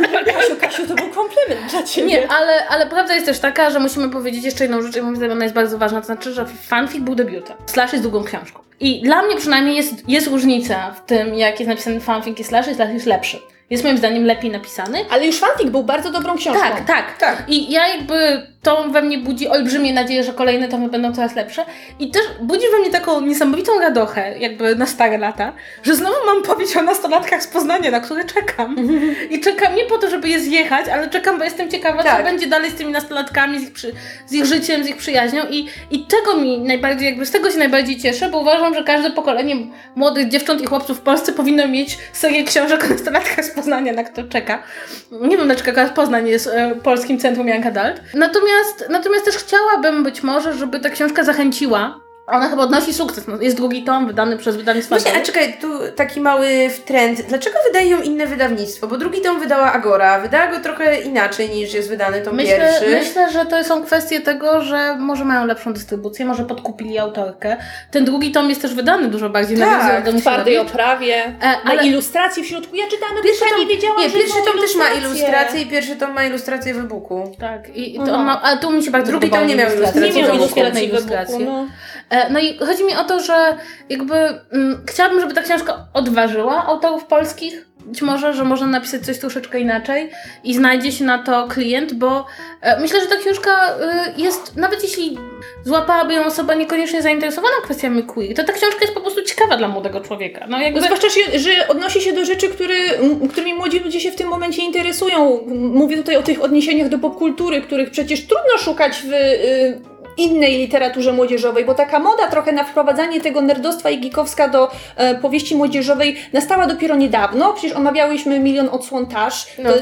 Speaker 2: Kasiu, to był komplement dla Ciebie.
Speaker 1: Nie, ale prawda jest też taka, że musimy powiedzieć jeszcze jedną rzecz i moim zdaniem ona jest bardzo ważna, to znaczy, że fanfic był debiutem. Slash jest długą książką. I dla mnie przynajmniej jest różnica w tym, jak jest napisany fanfic i slash jest lepszy. Jest moim zdaniem lepiej napisany.
Speaker 2: Ale już fanfic był bardzo dobrą książką.
Speaker 1: Tak. I ja jakby to we mnie budzi olbrzymie nadzieję, że kolejne tomy będą coraz lepsze. I też budzi we mnie taką niesamowitą radochę, jakby na stare lata, że znowu mam powieść o nastolatkach z Poznania, na które czekam. I czekam nie po to, żeby je zjechać, ale czekam, bo jestem ciekawa, co będzie dalej z tymi nastolatkami, z ich życiem, z ich przyjaźnią. I tego mi najbardziej, jakby z tego się najbardziej cieszę, bo uważam, że każde pokolenie młodych dziewcząt i chłopców w Polsce powinno mieć serię książek o nastolatkach z Poznania, na które czeka. Nie wiem, dlaczego akurat Poznań jest polskim centrum Young Adult. Natomiast też chciałabym być może, żeby ta książka zachęciła. Ona chyba odnosi sukces. No, jest drugi tom wydany przez wydawnictwo.
Speaker 3: Właśnie, a czekaj, tu taki mały trend. Dlaczego wydaje ją inne wydawnictwo? Bo drugi tom wydała Agora. Wydała go trochę inaczej niż jest wydany tom pierwszy.
Speaker 1: Myślę, że to są kwestie tego, że może mają lepszą dystrybucję, może podkupili autorkę. Ten drugi tom jest też wydany dużo bardziej
Speaker 2: w twardej oprawie. Ale ilustracje w środku. Ja czytałam, nie wiedziałam, że
Speaker 3: pierwszy tom też ma ilustracje i pierwszy tom ma ilustrację w e-booku.
Speaker 1: Tak. I to on ma, ale tu mi się bardzo
Speaker 3: drugi tom nie miał
Speaker 1: ilustracji. No i chodzi mi o to, że jakby chciałabym, żeby ta książka odważyła autorów polskich. Być może, że można napisać coś troszeczkę inaczej i znajdzie się na to klient, bo myślę, że ta książka jest, nawet jeśli złapałaby ją osoba niekoniecznie zainteresowana kwestiami queer, to ta książka jest po prostu ciekawa dla młodego człowieka. No jakby...
Speaker 2: Zwłaszcza, że odnosi się do rzeczy, którymi młodzi ludzie się w tym momencie interesują. Mówię tutaj o tych odniesieniach do popkultury, których przecież trudno szukać w innej literaturze młodzieżowej, bo taka moda trochę na wprowadzanie tego nerdostwa i geekowska do powieści młodzieżowej nastała dopiero niedawno. Przecież omawiałyśmy Milion odsłon Tash. To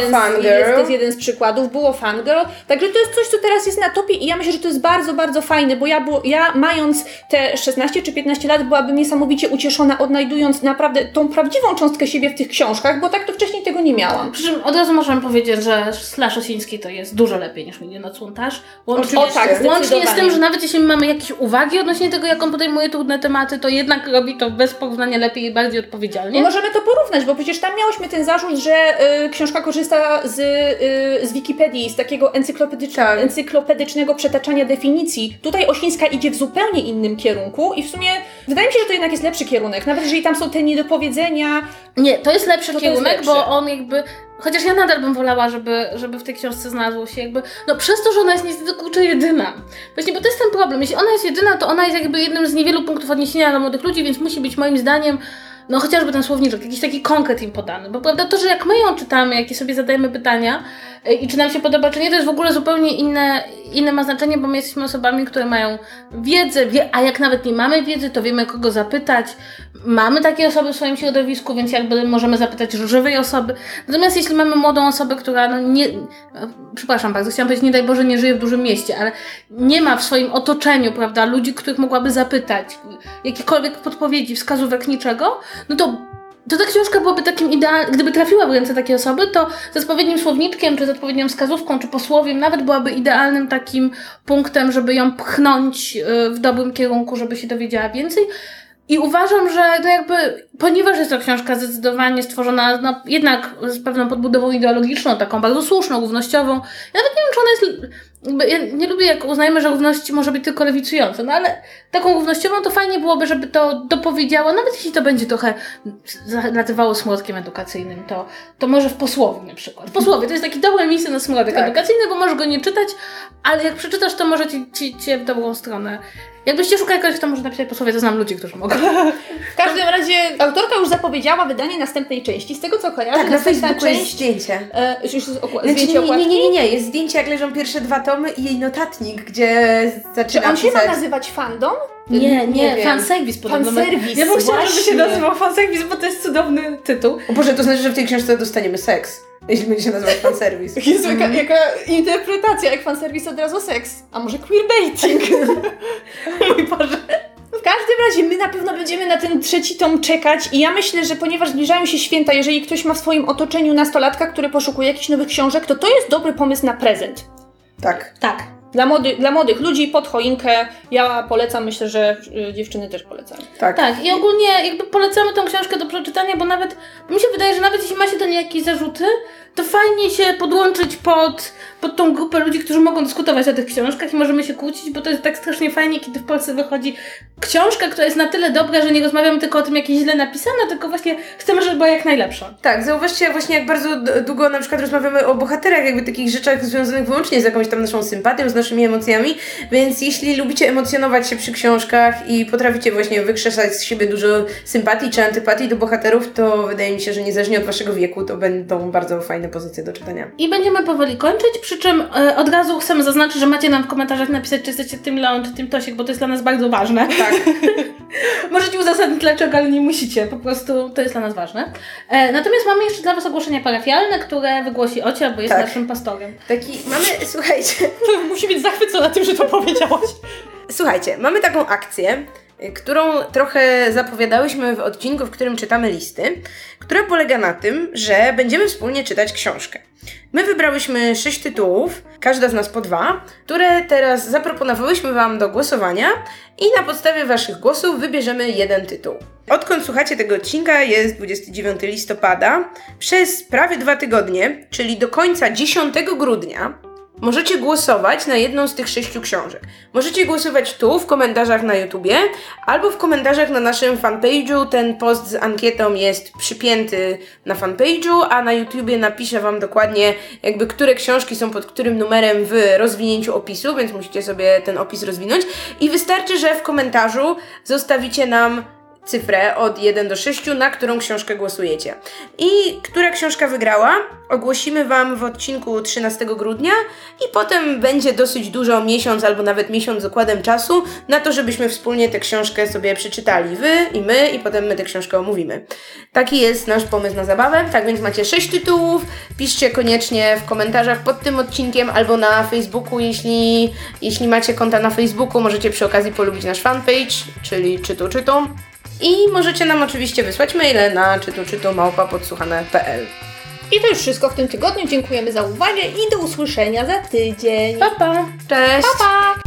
Speaker 2: jest jeden z przykładów. Było Fangirl. Także to jest coś, co teraz jest na topie i ja myślę, że to jest bardzo, bardzo fajne, bo ja mając te 16 czy 15 lat byłabym niesamowicie ucieszona, odnajdując naprawdę tą prawdziwą cząstkę siebie w tych książkach, bo tak to wcześniej tego nie miałam.
Speaker 1: Przy czym od razu możemy powiedzieć, że Slash Osiński to jest dużo lepiej niż Milion odsłon Tash. Łącznie z tym, że nawet jeśli mamy jakieś uwagi odnośnie tego, jak on podejmuje trudne tematy, to jednak robi to bez porównania lepiej i bardziej odpowiedzialnie.
Speaker 2: Możemy to porównać, bo przecież tam miałyśmy ten zarzut, że książka korzysta z Wikipedii, z takiego encyklopedycznego przetaczania definicji. Tutaj Osińska idzie w zupełnie innym kierunku i w sumie wydaje mi się, że to jednak jest lepszy kierunek. Nawet jeżeli tam są te niedopowiedzenia.
Speaker 1: Nie, to jest lepszy kierunek, bo on jakby... Chociaż ja nadal bym wolała, żeby w tej książce znalazło się jakby... No przez to, że ona jest niestety kurczę jedyna. Właśnie, bo to jest ten problem. Jeśli ona jest jedyna, to ona jest jakby jednym z niewielu punktów odniesienia dla młodych ludzi, więc musi być moim zdaniem no chociażby ten słowniczek, jakiś taki konkret im podany. Bo prawda to, że jak my ją czytamy, jakie sobie zadajemy pytania i czy nam się podoba, czy nie, to jest w ogóle zupełnie inne ma znaczenie, bo my jesteśmy osobami, które mają wiedzę, a jak nawet nie mamy wiedzy, to wiemy kogo zapytać. Mamy takie osoby w swoim środowisku, więc jakby możemy zapytać żywej osoby. Natomiast jeśli mamy młodą osobę, która przepraszam bardzo, chciałam powiedzieć, nie daj Boże, nie żyje w dużym mieście, ale nie ma w swoim otoczeniu, prawda, ludzi, których mogłaby zapytać, jakichkolwiek podpowiedzi, wskazówek, niczego, no to ta książka byłaby takim idealnym, gdyby trafiła w ręce takiej osoby, to z odpowiednim słowniczkiem, czy z odpowiednią wskazówką, czy posłowiem, nawet byłaby idealnym takim punktem, żeby ją pchnąć w dobrym kierunku, żeby się dowiedziała więcej. I uważam, że no jakby, ponieważ jest to książka zdecydowanie stworzona no, jednak z pewną podbudową ideologiczną, taką bardzo słuszną, równościową. Ja nawet nie wiem, czy ona jest... Ja nie lubię, jak uznajemy, że równość może być tylko lewicująca, no ale taką równościową to fajnie byłoby, żeby to dopowiedziało, nawet jeśli to będzie trochę nazywało smrodkiem edukacyjnym, to może w Posłowie na przykład. Posłowie to jest taki dobry miejsce na smrodek edukacyjny, bo możesz go nie czytać, ale jak przeczytasz, to może cię w dobrą stronę. Jakbyście szukali kogoś, kto może napisać Posłowie, to znam ludzi, którzy mogą.
Speaker 2: W każdym razie autorka już zapowiedziała wydanie następnej części. Z tego co kojarzę,
Speaker 3: tak, na Facebooku jest zdjęcie.
Speaker 2: Zdjęcie okładki?
Speaker 3: Nie, jest zdjęcie, jak leżą pierwsze 2 tomy i jej notatnik, gdzie zaczyna
Speaker 2: Czy on się ma nazywać Fandom?
Speaker 1: Nie, fanserwis podobno.
Speaker 2: Fanserwis,
Speaker 1: ja bym chciała, żeby się nazywał fanserwis, bo to jest cudowny tytuł.
Speaker 3: O Boże, to znaczy, że w tej książce dostaniemy seks. jeśli będzie się nazywać fanserwis.
Speaker 2: Jezu, jaka interpretacja, jak fanserwis od razu seks. A może queerbaiting? Mój Boże. W każdym razie my na pewno będziemy na ten 3. tom czekać i ja myślę, że ponieważ zbliżają się święta, jeżeli ktoś ma w swoim otoczeniu nastolatka, który poszukuje jakichś nowych książek, to jest dobry pomysł na prezent.
Speaker 3: Tak.
Speaker 1: Tak.
Speaker 2: Dla młodych ludzi pod choinkę. Ja polecam, myślę, że dziewczyny też polecają.
Speaker 1: Tak, i ogólnie jakby polecamy tą książkę do przeczytania, bo mi się wydaje, że nawet jeśli macie do niej jakieś zarzuty, to fajnie się podłączyć pod tą grupę ludzi, którzy mogą dyskutować o tych książkach i możemy się kłócić, bo to jest tak strasznie fajnie, kiedy w Polsce wychodzi książka, która jest na tyle dobra, że nie rozmawiamy tylko o tym, jak jest źle napisana, tylko właśnie chcemy, żeby była jak najlepsza.
Speaker 3: Tak, zauważcie właśnie, jak bardzo długo na przykład rozmawiamy o bohaterach, jakby takich rzeczach związanych wyłącznie z jakąś tam naszą sympatią, z naszymi emocjami, więc jeśli lubicie emocjonować się przy książkach i potraficie właśnie wykrzesać z siebie dużo sympatii czy antypatii do bohaterów, to wydaje mi się, że niezależnie od waszego wieku, to będą bardzo fajne pozycje do czytania.
Speaker 1: I będziemy powoli kończyć, przy czym od razu chcemy zaznaczyć, że macie nam w komentarzach napisać, czy jesteście tym Leon, czy tym Tosiek, bo to jest dla nas bardzo ważne.
Speaker 3: Tak.
Speaker 1: Możecie uzasadnić dlaczego, ale nie musicie, po prostu to jest dla nas ważne. Natomiast mamy jeszcze dla was ogłoszenia parafialne, które wygłosi Ocia, bo jest naszym pastorem.
Speaker 3: Słuchajcie.
Speaker 2: Musi być zachwycona tym, że to powiedziałaś.
Speaker 3: Słuchajcie, mamy taką akcję, którą trochę zapowiadałyśmy w odcinku, w którym czytamy listy, która polega na tym, że będziemy wspólnie czytać książkę. My wybrałyśmy 6 tytułów, każda z nas po 2, które teraz zaproponowałyśmy Wam do głosowania i na podstawie Waszych głosów wybierzemy jeden tytuł. Odkąd słuchacie tego odcinka, jest 29 listopada, przez prawie 2 tygodnie, czyli do końca 10 grudnia, możecie głosować na jedną z tych 6 książek. Możecie głosować tu, w komentarzach na YouTubie, albo w komentarzach na naszym fanpage'u. Ten post z ankietą jest przypięty na fanpage'u, a na YouTubie napiszę Wam dokładnie, jakby które książki są pod którym numerem w rozwinięciu opisu, więc musicie sobie ten opis rozwinąć. I wystarczy, że w komentarzu zostawicie nam cyfrę od 1 do 6, na którą książkę głosujecie. I która książka wygrała, ogłosimy Wam w odcinku 13 grudnia i potem będzie dosyć dużo, miesiąc albo nawet miesiąc z okładem czasu na to, żebyśmy wspólnie tę książkę sobie przeczytali. Wy i my i potem my tę książkę omówimy. Taki jest nasz pomysł na zabawę. Tak więc macie 6 tytułów. Piszcie koniecznie w komentarzach pod tym odcinkiem albo na Facebooku, jeśli macie konta na Facebooku, możecie przy okazji polubić nasz fanpage, czyli czytu. I możecie nam oczywiście wysłać maile na czytu@podsłuchane.pl.
Speaker 2: I to już wszystko w tym tygodniu. Dziękujemy za uwagę i do usłyszenia za tydzień.
Speaker 1: Pa, pa!
Speaker 3: Cześć!
Speaker 2: Pa, pa!